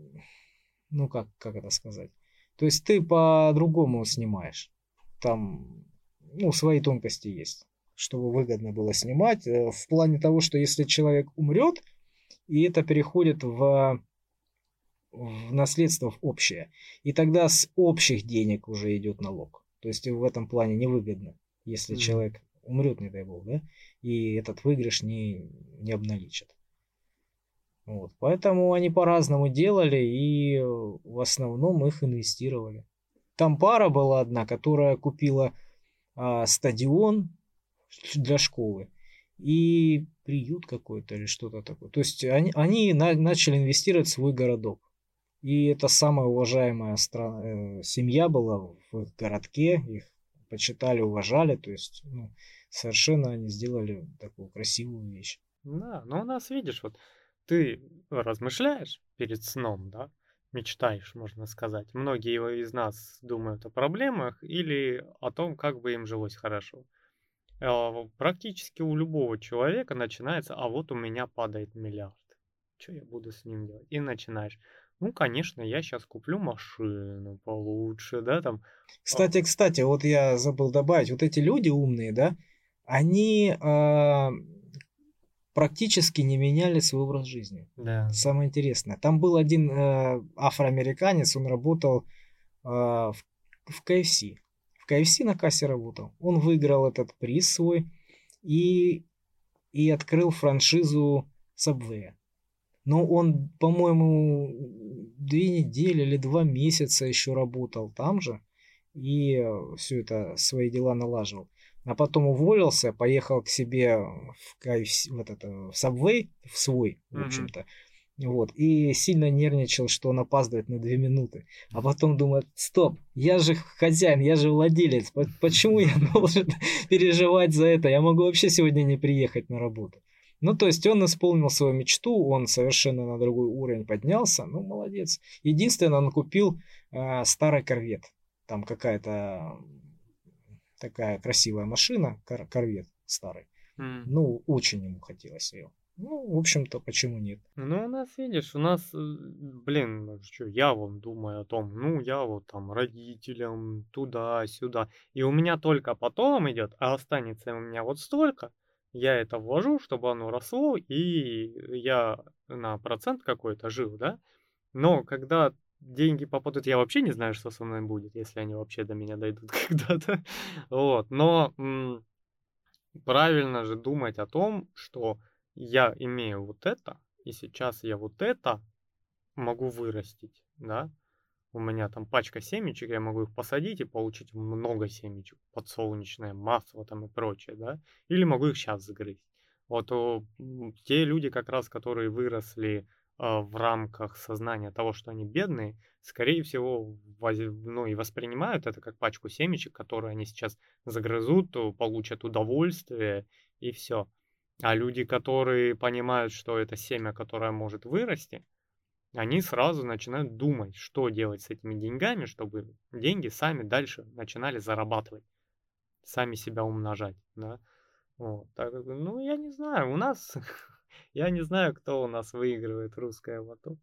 ну как, как это сказать, то есть ты по-другому снимаешь. Там, ну, свои тонкости есть, чтобы выгодно было снимать. Э, В плане того, что если человек умрет, и это переходит в, в наследство в общее, и тогда с общих денег уже идет налог. То есть в этом плане невыгодно, если Мгм. человек умрет, не дай бог, да, и этот выигрыш не, не обналичат. Вот. Поэтому они по-разному делали и э, в основном их инвестировали. Там пара была одна, которая купила а, стадион для школы и приют какой-то или что-то такое. То есть они, они на- начали инвестировать в свой городок. И это самая уважаемая стра- э, семья была в их городке. Их почитали, уважали. То есть ну, совершенно они сделали такую красивую вещь. Да, но у нас, видишь, вот ты размышляешь перед сном, да, мечтаешь, можно сказать. Многие его из нас думают о проблемах или о том, как бы им жилось хорошо. А, Практически у любого человека начинается, а вот у меня падает миллиард. Что я буду с ним делать? И начинаешь. Ну, конечно, я сейчас куплю машину получше, да, там. а, Кстати, кстати, вот я забыл добавить, вот эти люди умные, да, они а, практически не меняли свой образ жизни. Да. Самое интересное. Там был один э, афроамериканец, он работал э, в, в К Ф С. В К Ф С на кассе работал. Он выиграл этот приз свой и, и открыл франшизу Subway. Но он, по-моему, две недели или два месяца еще работал там же и все это, свои дела налаживал. А потом уволился, поехал к себе в, К Ф С, в, этот, э, в Subway, в свой, в Мгм. общем-то. Вот, и сильно нервничал, что он опаздывает на две минуты. А потом думает, стоп, я же хозяин, я же владелец, по- почему я должен переживать за это? Я могу вообще сегодня не приехать на работу. Ну, то есть он исполнил свою мечту, он совершенно на другой уровень поднялся, ну, молодец. Единственное, он купил э, старый корвет. Там какая-то такая красивая машина, кор- корвет старый. М. Ну, очень ему хотелось ее. Ну, в общем-то, почему нет? Ну, у нас, видишь, у нас, э, блин, что я вон думаю о том, ну, я вот там родителям туда-сюда, и у меня только потом идет, а останется у меня вот столько, я это вложу, чтобы оно росло, и я на процент какой-то жил, да? Но когда деньги попадут, я вообще не знаю, что со мной будет, если они вообще до меня дойдут когда-то. Вот, но м, правильно же думать о том, что я имею вот это, и сейчас я вот это могу вырастить, да. У меня там пачка семечек, я могу их посадить и получить много семечек, подсолнечное масло там и прочее, да. Или могу их сейчас загрызть. Вот о, м, те люди, как раз, которые выросли а, в рамках сознания того, что они бедные, скорее всего, вози- ну и воспринимают это как пачку семечек, которые они сейчас загрызут, то получат удовольствие и все. А люди, которые понимают, что это семя, которое может вырасти, они сразу начинают думать, что делать с этими деньгами, чтобы деньги сами дальше начинали зарабатывать, сами себя умножать, да. Вот, так, как бы, ну, я не знаю, у нас, я не знаю, кто у нас выигрывает в русское лото.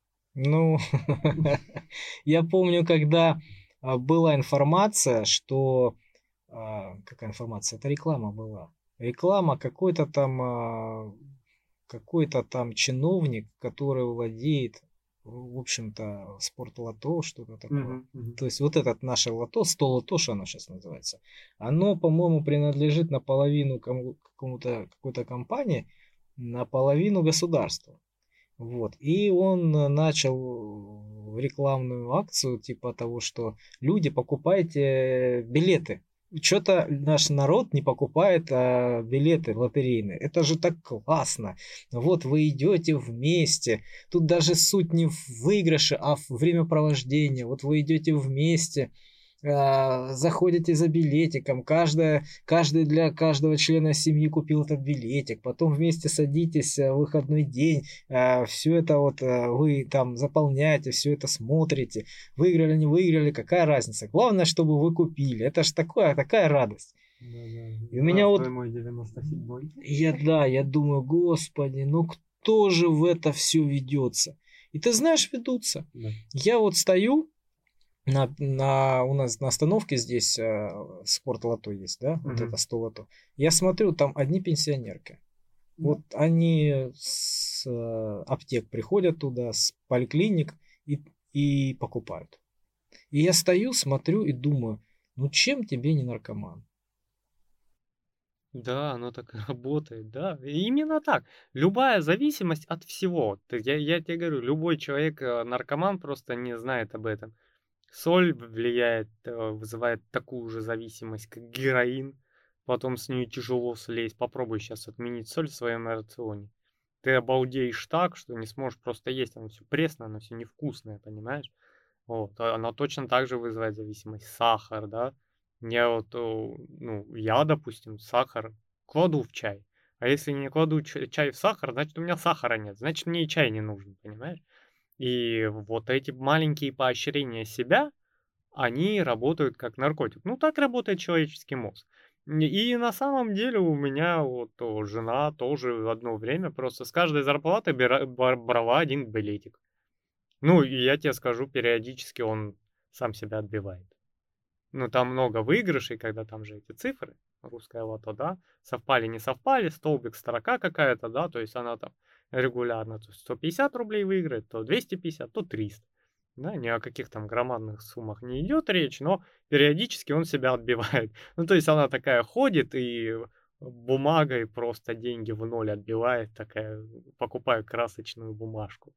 Ну, я помню, когда а, была информация, что а, какая информация? Это реклама была. Реклама какой-то там, а, какой-то там чиновник, который владеет, в общем-то, спортлото, что-то такое. Мгм, мгм. То есть вот этот наше лото, сто лото, что оно сейчас называется, оно, по-моему, принадлежит наполовину кому, какому-то, какой-то компании, наполовину государству. Вот. И он э, начал рекламную акцию типа того, что люди, покупайте билеты. Что-то наш народ не покупает а, билеты лотерейные. Это же так классно. Вот вы идете вместе. Тут даже суть не в выигрыше, а в времяпровождении. Вот вы идете вместе, а, заходите за билетиком, каждая, каждый для каждого члена семьи купил этот билетик, потом вместе садитесь а, в выходной день, все это вот а, вы там заполняете, все это смотрите, выиграли, не выиграли, какая разница, главное, чтобы вы купили, это ж такое, такая радость. Да-да. И у меня вот, Здравствуй, мой девяносто седьмой. я, да, я думаю, господи, ну кто же в это все ведется? И ты знаешь, ведутся. Да. Я вот стою, на, на, у нас на остановке здесь э, спортлото есть, да, вот Мгм. это сто лото. Я смотрю, там одни пенсионерки. Вот они с э, аптек приходят туда, с поликлиник и, и покупают. И я стою, смотрю и думаю, ну чем тебе не наркоман? Да, оно так и работает, да. И именно так. Любая зависимость от всего. Ты- Я, я тебе говорю, любой человек, э, наркоман, просто не знает об этом. Соль влияет, э, вызывает такую же зависимость, как героин. Потом с нее тяжело слезть. Попробуй сейчас отменить соль в своем рационе. Ты обалдеешь так, что не сможешь просто есть. Оно все пресное, оно все невкусное, понимаешь? Вот. а Оно точно так же вызывает зависимость. Сахар, да. Я вот, о, ну, я, допустим, сахар кладу в чай. А если не кладу ч- чай в сахар, значит, у меня сахара нет. Значит, мне и чай не нужен, понимаешь? И вот эти маленькие поощрения себя, они работают как наркотик. Ну, так работает человеческий мозг. Н- И на самом деле у меня вот о, жена тоже в одно время просто с каждой зарплаты бера- ба- брала один билетик. Ну, и я тебе скажу, периодически он сам себя отбивает. Ну, там много выигрышей, когда там же эти цифры, русское лото, да, совпали, не совпали, столбик, строка какая-то, да, то есть она там регулярно то сто пятьдесят рублей выиграет, то двести пятьдесят, то триста. Да, ни о каких там громадных суммах не идет речь, но периодически он себя отбивает. Ну, то есть она такая ходит и бумагой просто деньги в ноль отбивает, такая, покупаю красочную бумажку.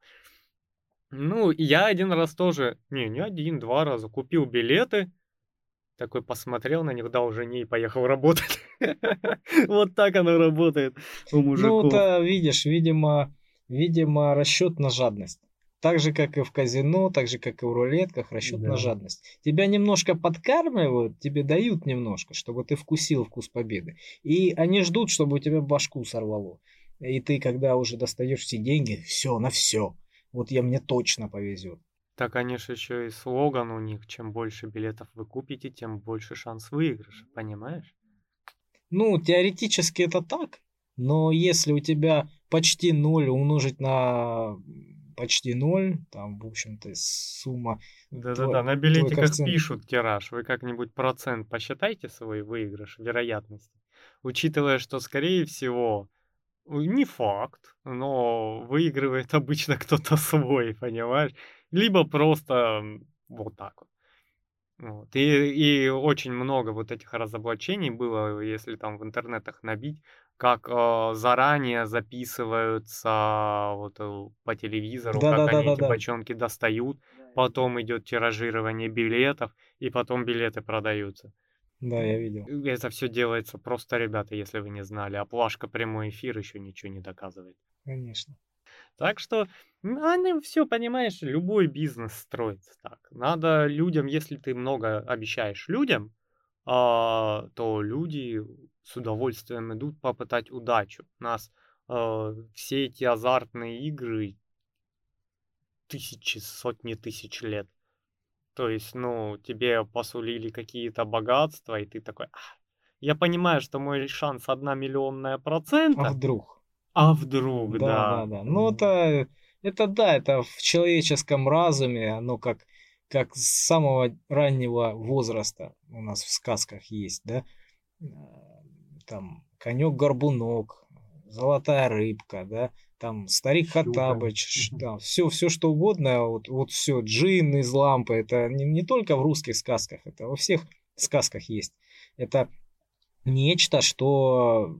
Ну, и я один раз тоже, не, не один, два раза купил билеты, такой посмотрел на них, дал жене и поехал работать. Вот так оно работает у Ну, мужиков. это, видишь, видимо, видимо, расчет на жадность. Так же, как и в казино, так же, как и в рулетках, расчет на Да. жадность. Тебя немножко подкармливают, тебе дают немножко, чтобы ты вкусил вкус победы. И они ждут, чтобы у тебя башку сорвало. И ты, когда уже достаешь все деньги, все, на все. Вот я мне точно повезет. Так, конечно, еще и слоган у них: чем больше билетов вы купите, тем больше шанс выигрыша, понимаешь? Ну, теоретически это так, но если у тебя почти ноль умножить на почти ноль, там, в общем-то, сумма, Да-да-да, твой, на твой билетиках коэффициент. пишут тираж. Вы как-нибудь процент посчитайте свой выигрыш, вероятность. Учитывая, что, скорее всего, у не факт, но выигрывает обычно кто-то свой, понимаешь? Либо просто, м, вот так вот. Вот. И и очень много вот этих разоблачений было, если там в интернетах набить, как, а, заранее записываются вот, э, по телевизору, как они эти Да-да-да-да-да. бочонки достают, потом идет тиражирование билетов, и потом билеты продаются. Да, я видел. М, это все делается просто, ребята, если вы не знали, а плашка прямой эфир еще ничего не доказывает. Конечно. Так что, ну, оно всё, понимаешь, любой бизнес строится так. Надо людям, если ты много обещаешь людям, а, то люди с удовольствием идут попытать удачу. У нас, а, все эти азартные игры тысячи, сотни тысяч лет. То есть, ну, тебе посулили какие-то богатства, и ты такой: "А, я понимаю, что мой шанс одна миллионная А процента, вдруг? а вдруг, Да, да". да, да. Ну, М, это, это да, это в человеческом разуме, оно как, как с самого раннего возраста у нас в сказках есть, да, э, там конек-горбунок, золотая рыбка, да, там старик Щука. Хоттабыч, да, все, все что угодно, вот, вот все, джин из лампы, это не, не только в русских сказках, это во всех сказках есть. Это нечто, что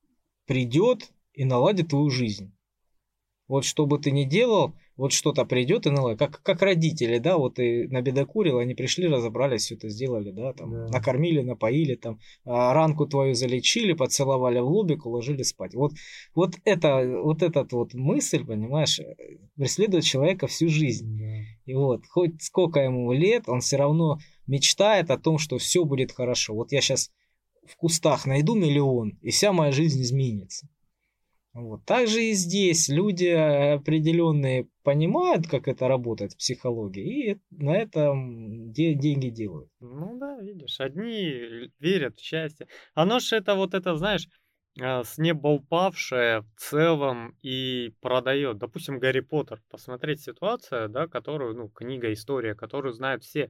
придет и наладит твою жизнь. Вот что бы ты ни делал, вот что-то придет и наладит. Как, как родители, да, вот и набедокурил, они пришли, разобрались, все это сделали, да, там, Да. накормили, напоили, там, а, ранку твою залечили, поцеловали в лобик, уложили спать. Вот, вот это, вот этот вот мысль, понимаешь, э, преследует человека всю жизнь. Да. И вот, хоть сколько ему лет, он все равно мечтает о том, что все будет хорошо. Вот я сейчас в кустах найду миллион, и вся моя жизнь изменится. Вот. Также и здесь люди определенные понимают, как это работает в психологии, и на этом де- деньги делают. Ну да, видишь, одни л- верят в счастье. Оно ж это вот это, знаешь, а, с неба упавшее в целом и продает. Допустим, Гарри Поттер. Посмотреть ситуацию, да, которую, ну, книга, история, которую знают все.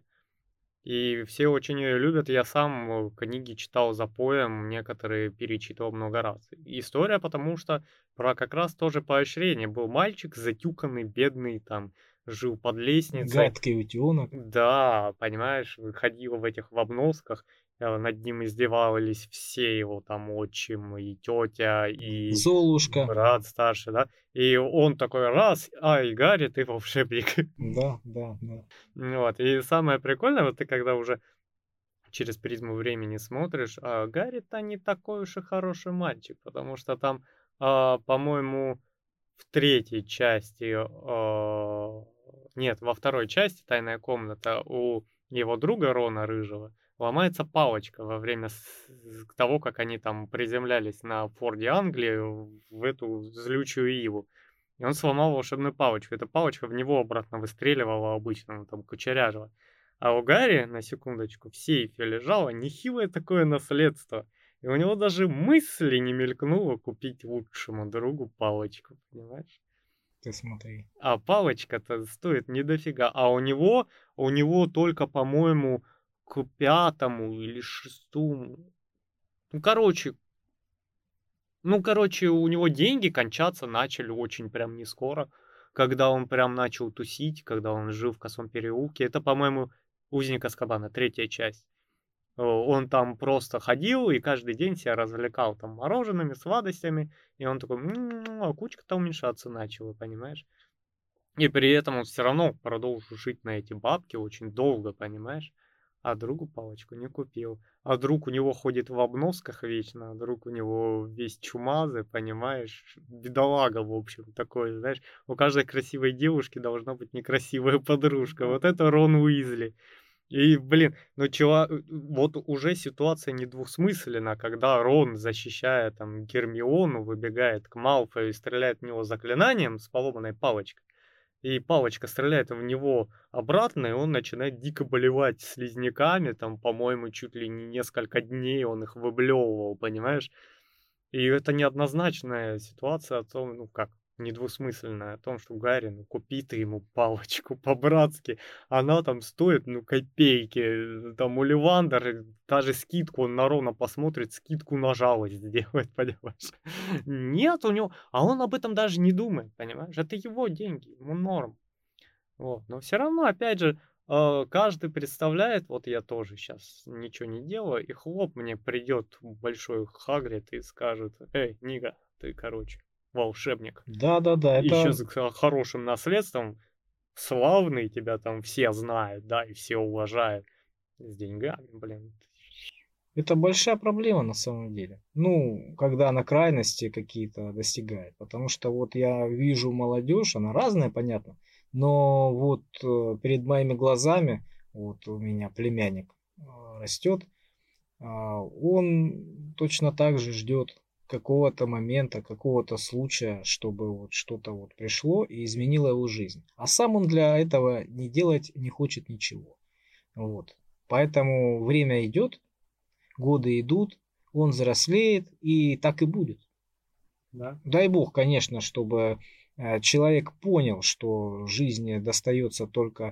И все очень ее любят. Я сам э, книги читал запоем, некоторые перечитывал много раз. История, потому что про как раз тоже поощрение. Был мальчик затюканный, бедный, там, жил под лестницей. Гадкий утенок. Да, понимаешь, ходил в этих в обносках, э, над ним издевались все его там отчим и тетя, и Золушка. брат старший, да. И он такой раз, ай, Гарри, ты волшебник. Да, да, да. Ну вот. И самое прикольное, вот ты когда уже через призму времени смотришь, а Гарри-то не такой уж и хороший мальчик, потому что там, а, по-моему, в третьей части, а, нет, во второй части «Тайная комната» у его друга Рона Рыжего ломается палочка во время с- с- того, как они там приземлялись на форде Англии в эту злючую иву. И он сломал волшебную палочку. Эта палочка в него обратно выстреливала обычно, ну, там, кучеряжила. А у Гарри, на секундочку, в сейфе лежало нехилое такое наследство. И у него даже мысли не мелькнуло купить лучшему другу палочку, понимаешь? Ты смотри. А палочка-то стоит не дофига. А у него, у него только, по-моему, к пятому или шестому. Ну, короче, ну, короче, у него деньги кончаться начали очень прям не скоро, когда он прям начал тусить, когда он жил в Косом переулке. Это, по-моему, «Узник Азкабана», третья часть. Э, Он там просто ходил и каждый день себя развлекал там мороженными, сладостями. И он такой, «М, а кучка-то уменьшаться начала, понимаешь? И при этом он все равно продолжил жить на эти бабки очень долго, понимаешь? А другу палочку не купил. А друг у него ходит в обносках вечно, а друг у него весь чумазый, понимаешь? Бедолага, в общем, такой, знаешь. У каждой красивой девушки должна быть некрасивая подружка. Вот это Рон Уизли. И, блин, ну чела... э, вот уже ситуация недвусмысленна, когда Рон, защищая там Гермиону, выбегает к Малфою и стреляет в него заклинанием с поломанной палочкой. И палочка стреляет в него обратно, и он начинает дико болевать слизняками, там, по-моему, чуть ли не несколько дней он их выблевывал, понимаешь? И это неоднозначная ситуация о том, ну как, недвусмысленная, о том, что Гарри, ну купи ты ему палочку по-братски, она там стоит, ну, копейки, там Оливандер, даже скидку, он на Рона посмотрит, скидку на жалость сделает, понимаешь? Нет у него, а он об этом даже не думает, понимаешь? Это его деньги, ему норм. Вот. Но все равно, опять же, э, каждый представляет, вот я тоже сейчас ничего не делаю, и хлоп, мне придет большой Хагрид и скажет, эй, Нига, ты, короче, волшебник. Да, да, да, Еще это с х- хорошим наследством, славный, тебя там все знают, да, и все уважают. С деньгами, блин. Это большая проблема на самом деле. Ну, когда она крайности какие-то достигает. Потому что вот я вижу молодежь, она разная, понятно. Но вот э, перед моими глазами, вот у меня племянник э, растет, а, он точно так же ждет какого-то момента, какого-то случая, чтобы вот что-то вот пришло и изменило его жизнь. А сам он для этого не делать не хочет ничего. Вот. Поэтому время идет, годы идут, он взрослеет, и так и будет. Да. Дай бог, конечно, чтобы э, человек понял, что жизни достается только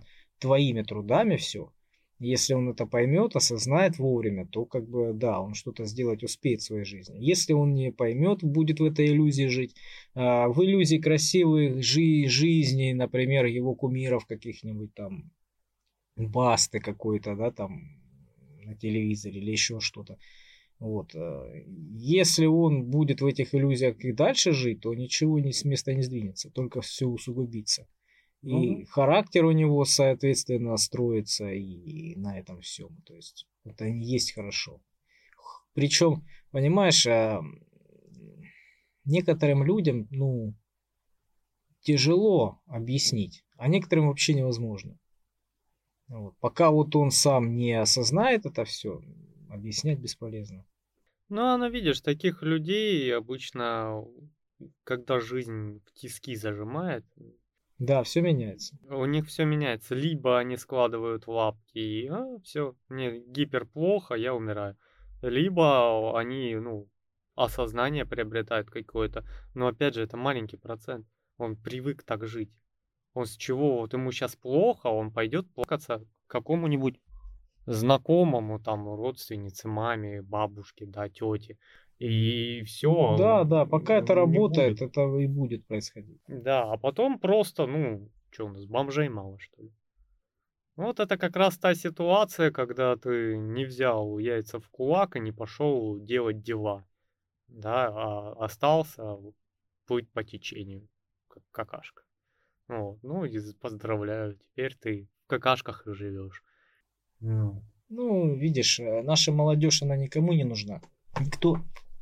твоими трудами все. Если он это поймет, осознает вовремя, то как бы да, он что-то сделать успеет в своей жизни. Если он не поймет, будет в этой иллюзии жить, а, в иллюзии красивых жи- жизней, например, его кумиров каких-нибудь там, Басты какой-то, да, там на телевизоре или еще что-то. Вот. э, Если он будет в этих иллюзиях и дальше жить, то ничего ни с места не сдвинется, только все усугубится. И Ну, характер у него, соответственно, строится, и на этом всем. То есть это не есть хорошо. Причем, понимаешь, а, некоторым людям, ну, тяжело объяснить, а некоторым вообще невозможно. Вот. Пока вот он сам не осознает это все, объяснять бесполезно. ну, оно, видишь, таких людей обычно, когда жизнь в тиски зажимает, Да, все меняется. у них все меняется. Либо они складывают лапки и все, мне гипер плохо, я умираю. Либо они, ну, осознание приобретают какое-то. Но опять же, это маленький процент. Он привык так жить. Он с чего вот ему сейчас плохо, он пойдет плакаться какому-нибудь знакомому, там, родственнице, маме, бабушке, да, тете. И Ну все, да, да, пока это не работает, будет. это и будет происходить. Да, а потом просто, ну, что у нас, бомжей мало, что ли? Вот это как раз та ситуация, когда ты не взял яйца в кулак и не пошел делать дела, да, а остался плыть по течению, как какашка. Вот, ну и з- поздравляю, теперь ты в какашках и живешь. Ну, Ну, видишь, э, наша молодежь, она никому не нужна. Никто,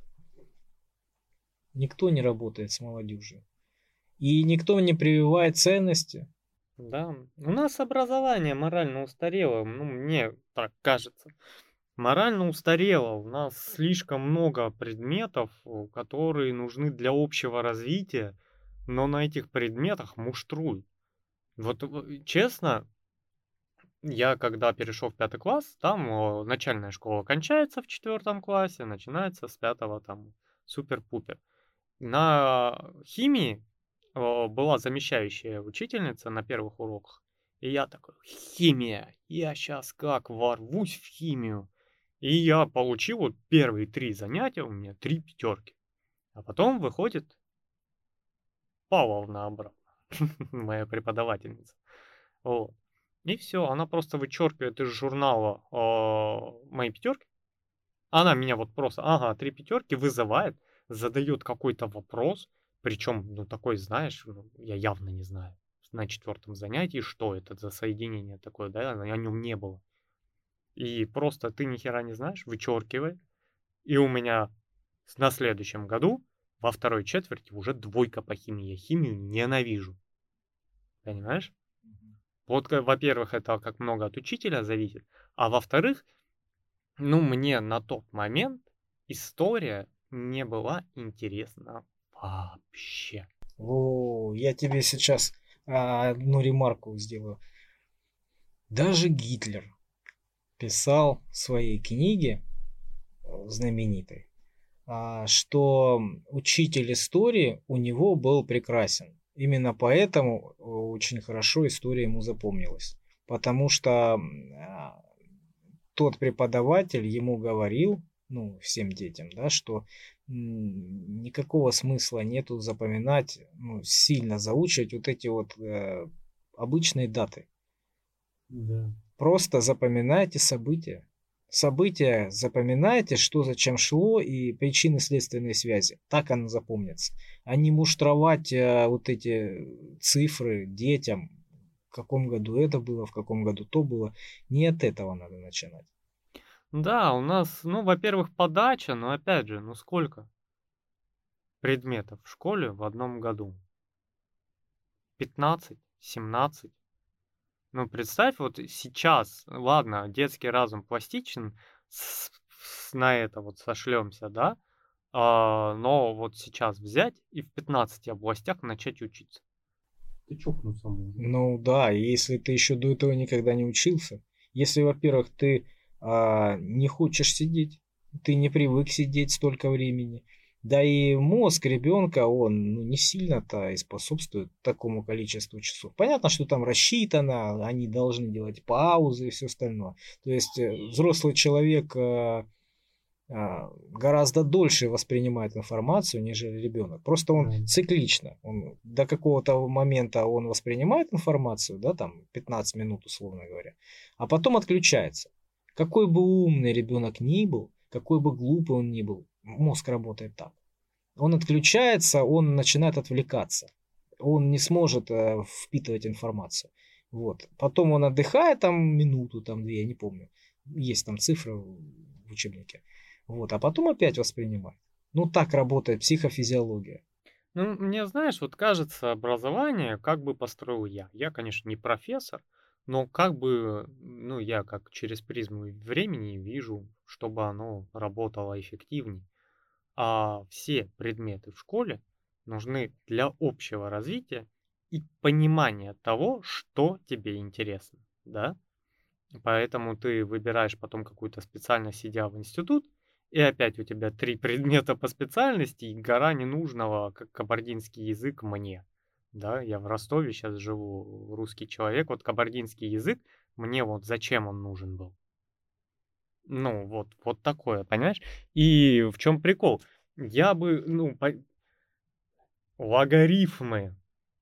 никто не работает с молодежью. И никто не прививает ценности. да, у нас образование морально устарело, ну, мне так кажется. Морально устарело. У нас слишком много предметов, э, которые нужны для общего развития, но на этих предметах муштруют. Вот э, честно, я когда перешел в пятый класс, там э, начальная школа кончается в четвертом классе, начинается с пятого там супер-пупер. На химии э, была замещающая учительница на первых уроках. И я такой, химия, я сейчас как ворвусь в химию. И я получил вот первые три занятия, у меня три пятерки. А потом выходит Павловна обратно, моя преподавательница. Вот. И все, она просто вычеркивает из журнала э, мои пятерки. Она меня вот просто, ага, три пятерки вызывает, задает какой-то вопрос, причем, ну, такой, знаешь, ну, я явно не знаю. На четвертом занятии, что это за соединение такое, да, о нем не было. И просто ты ни хера не знаешь, вычеркивай. И у меня с- на следующем году во второй четверти уже двойка по химии. Я химию ненавижу. Понимаешь? Вот, ка- во-первых, это как много от учителя зависит. А во-вторых, ну, мне на тот момент история не была интересна вообще. О, я тебе сейчас а, одну ремарку сделаю. Даже Гитлер писал в своей книге э, знаменитой, а, что учитель истории у него был прекрасен. Именно поэтому э, очень хорошо история ему запомнилась. Потому что м, а, тот преподаватель ему говорил, ну, всем детям, да, что м, никакого смысла нету запоминать, ну, сильно заучивать вот эти вот э, обычные даты. Да. Просто запоминайте события. События запоминайте, что зачем шло и причины следственной связи. Так оно запомнится. А не муштровать э, вот эти цифры детям, в каком году это было, в каком году то было. Не от этого надо начинать. Да, у нас, ну, во-первых, подача, но опять же, ну сколько предметов в школе в одном году? Пятнадцать, семнадцать. Ну, представь, вот сейчас, ладно, детский разум пластичен, с- с- на это вот сошлемся, да, а, но вот сейчас взять и в пятнадцати областях начать учиться. Ты чокнуться можно. Ну да, и если ты еще до этого никогда не учился, если, во-первых, ты а, не хочешь сидеть, ты не привык сидеть столько времени, Да и мозг ребенка, он ну, не сильно-то и способствует такому количеству часов. Понятно, что там рассчитано, они должны делать паузы и все остальное. То есть э, взрослый человек э, а, гораздо дольше воспринимает информацию, нежели ребенок. Просто он Да. циклично. Он, до какого-то момента он воспринимает информацию, да, там пятнадцать минут, условно говоря, а потом отключается. Какой бы умный ребенок ни был, какой бы глупый он ни был, мозг работает так. Он отключается, он начинает отвлекаться. Он не сможет э, впитывать информацию. Вот. Потом он отдыхает там минуту, там две, я не помню. Есть там цифры в учебнике. Вот. А потом опять воспринимает. Ну, так работает психофизиология. Ну, мне, знаешь, вот кажется, образование как бы построил я. Я, конечно, не профессор, но как бы, ну, я как через призму времени вижу, чтобы оно работало эффективнее. А все предметы в школе нужны для общего развития и понимания того, что тебе интересно, да? Поэтому ты выбираешь потом какую-то специальность, идя в институт, и опять у тебя три предмета по специальности и гора ненужного, как кабардинский язык мне. Да, я в Ростове сейчас живу, русский человек. Вот кабардинский язык, мне вот зачем он нужен был? Ну, вот, вот такое, понимаешь? И в чем прикол? Я бы, ну, по- логарифмы,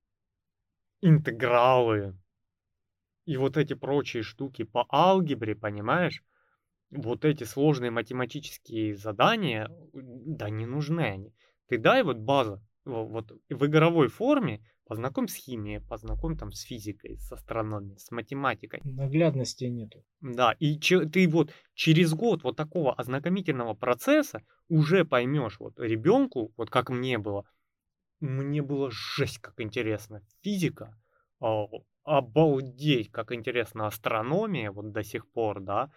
интегралы и вот эти прочие штуки по алгебре, понимаешь? Вот эти сложные математические задания, да не нужны они. Ты дай вот база, во- вот в игровой форме познакомь с химией, познакомь там с физикой, с астрономией, с математикой. Наглядности нету. Да, и че- ты вот через год вот такого ознакомительного процесса уже поймешь вот ребенку, вот как мне было, мне было жесть как интересно физика, а, обалдеть как интересна астрономия вот до сих пор, да,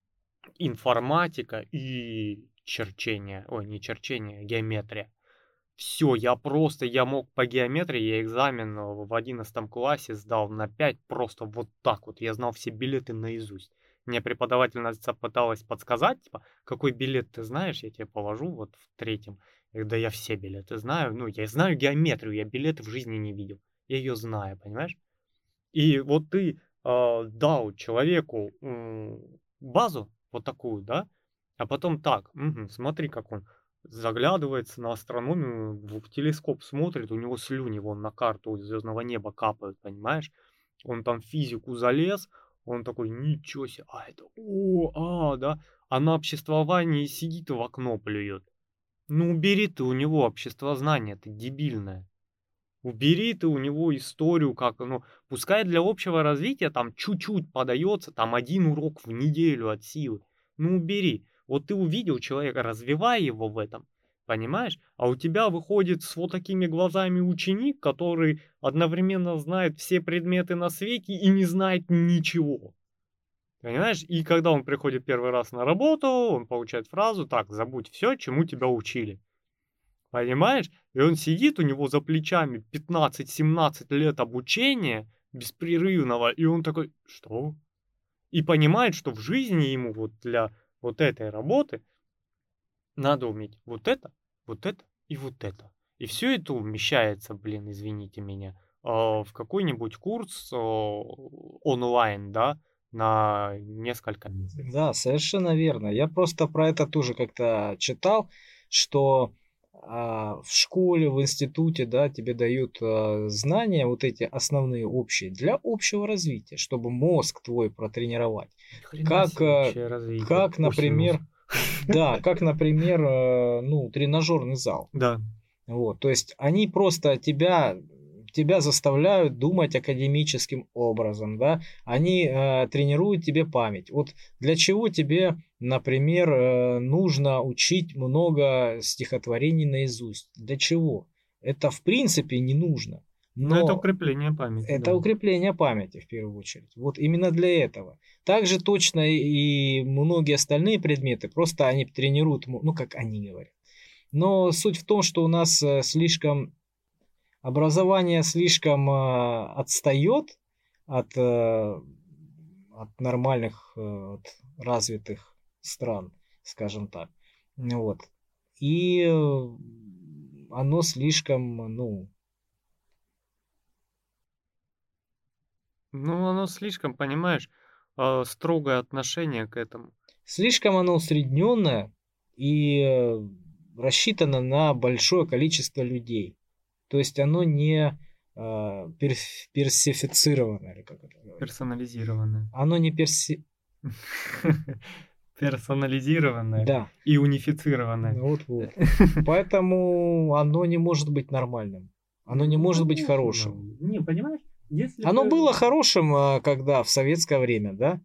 информатика и черчение, ой, не черчение, геометрия. Все, я просто, я мог по геометрии, я экзамен в одиннадцатом классе сдал на пять просто вот так вот. Я знал все билеты наизусть. Мне преподавательница пыталась подсказать, типа, какой билет ты знаешь, я тебе положу вот в третьем. Я говорю, да я все билеты знаю. Ну, я знаю геометрию, я билеты в жизни не видел. Я ее знаю, понимаешь? И вот ты а, дал человеку м, базу вот такую, да, а потом так, мгм, смотри, как он заглядывается на астрономию, в телескоп смотрит, у него слюни вон на карту звездного неба капают, понимаешь? Он там в физику залез, он такой, ничего себе, а это, о, а, да, а на обществовании сидит и в окно плюет. Ну убери ты у него общество знания, ты дебильное. Убери ты у него историю, как, ну, пускай для общего развития там чуть-чуть подается, там один урок в неделю от силы. Ну, убери. Вот ты увидел человека, развивай его в этом, понимаешь? А у тебя выходит с вот такими глазами ученик, который одновременно знает все предметы на свете и не знает ничего. Понимаешь? И когда он приходит первый раз на работу, он получает фразу: так, забудь все, чему тебя учили. Понимаешь? И он сидит, у него за плечами пятнадцать-семнадцать лет обучения беспрерывного, и он такой: что? И понимает, что в жизни ему вот для вот этой работы надо уметь вот это, вот это и вот это. И все это умещается, блин, извините меня, а, в какой-нибудь курс а, онлайн, да, на несколько месяцев. Да, совершенно верно. Я просто про это тоже как-то читал, что а, в школе, в институте, да, тебе дают а, знания, вот эти основные общие, для общего развития, чтобы мозг твой протренировать. Ни хрена Как, себе а, общее развитие. как, Косинус. например, да, как, например, а, ну, тренажерный зал. Да. Вот, то есть они просто тебя, тебя заставляют думать академическим образом, да, они э, тренируют тебе память. Вот для чего тебе, например, э, нужно учить много стихотворений наизусть? Для чего? Это в принципе не нужно, Ну, это но укрепление памяти, это да. укрепление памяти в первую очередь. Вот именно для этого. Также точно и многие остальные предметы, просто они тренируют, ну, как они говорят. Но суть в том, что у нас э, слишком образование слишком э, отстает от, э, от нормальных, э, от развитых стран, скажем так. Ну вот. и э, оно слишком, ну, Ну, оно слишком, понимаешь, а, строгое отношение к этому. слишком оно усредненное и э, рассчитано на большое количество людей. То есть оно не а, перс- персифицировано, или как это говорится. Персонализированное. Оно не перси... Персонализированное Да, и унифицированное. вот-вот. Поэтому оно не может быть нормальным. Оно не Ну, может быть конечно. хорошим. Не, понимаешь, если Оно бы... было хорошим, а, когда в советское время, да?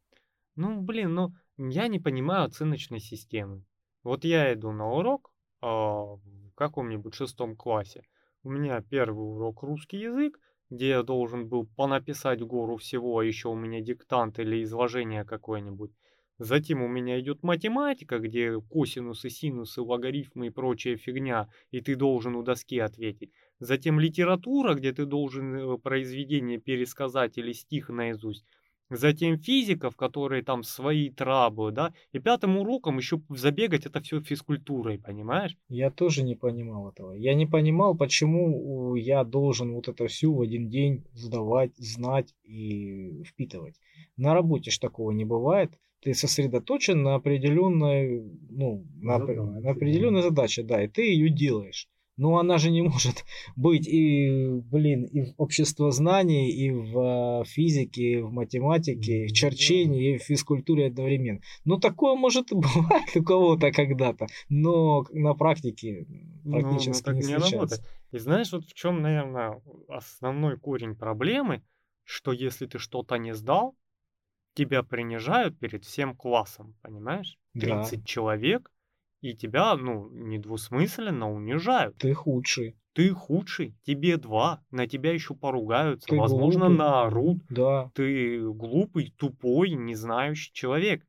Ну, блин, ну, я не понимаю оценочной системы. Вот я иду на урок а, в каком-нибудь шестом классе. У меня первый урок русский язык, где я должен был понаписать гору всего, а еще у меня диктант или изложение какое-нибудь. Затем у меня идет математика, где косинусы, синусы, логарифмы и прочая фигня, и ты должен у доски ответить. Затем литература, где ты должен э, произведение пересказать или стих наизусть. Затем физика, в которой там свои траблы, да, и пятым уроком еще забегать это все физкультурой, понимаешь? Я тоже не понимал этого. Я не понимал, почему у- я должен вот это все в один день сдавать, знать и впитывать. На работе ж такого не бывает. Ты сосредоточен на определенной, ну, на, опре- Задача, на определенной да. задаче, да, и ты ее делаешь. Но она же не может быть и, блин, и в обществознании, и в а, физике, и в математике, и в Ну да. черчении, и в физкультуре одновременно. Ну, такое может и бывает у кого-то когда-то, но на практике Ну, ну практически так не не работает. встречается. И знаешь, вот в чем, наверное, основной корень проблемы, что если ты что-то не сдал, тебя принижают перед всем классом, понимаешь? Да, тридцать человек, и тебя, ну, недвусмысленно унижают. ты худший, Ты худший, тебе два, на тебя еще поругаются, ты возможно, глупый, наорут. да, Ты глупый, тупой, не знающий человек.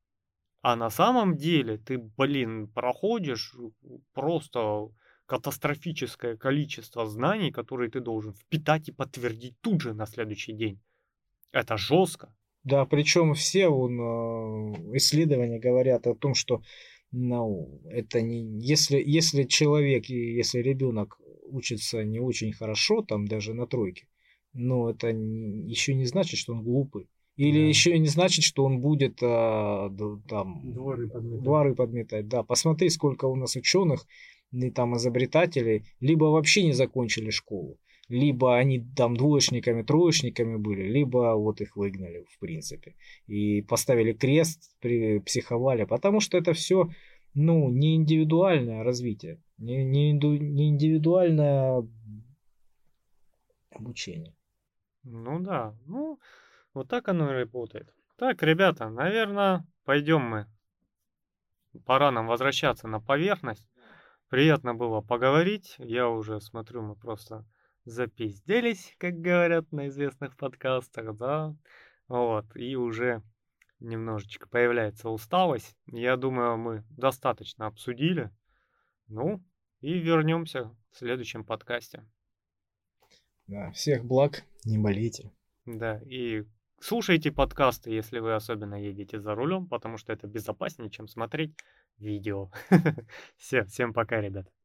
А на самом деле ты, блин, проходишь просто катастрофическое количество знаний, которые ты должен впитать и подтвердить тут же на следующий день. Это жестко. да, причем все он, э, исследования говорят о том, что ну, это не, если, если человек, и если ребенок учится не очень хорошо, там даже на тройке, но это еще не значит, что он глупый. Или Да. еще не значит, что он будет а, д- там Дворы подметать. дворы подметать. Да, посмотри, сколько у нас ученых и там изобретателей, либо вообще не закончили школу, либо они там двоечниками, троечниками были, либо вот их выгнали, в принципе, и поставили крест, при, психовали, потому что это все, ну, не индивидуальное развитие, не, не, инду- не индивидуальное обучение. Ну да, ну вот так оно и работает. Так, ребята, наверное, пойдем мы. Пора нам возвращаться на поверхность. Приятно было поговорить. Я уже смотрю, мы просто запизделись, как говорят на известных подкастах, да. Вот, и уже немножечко появляется усталость. Я думаю, мы достаточно обсудили. Ну, и вернемся в следующем подкасте. Да, всех благ, не болейте. Да, и слушайте подкасты, если вы особенно едете за рулем, потому что это безопаснее, чем смотреть видео. Все, всем пока, ребят.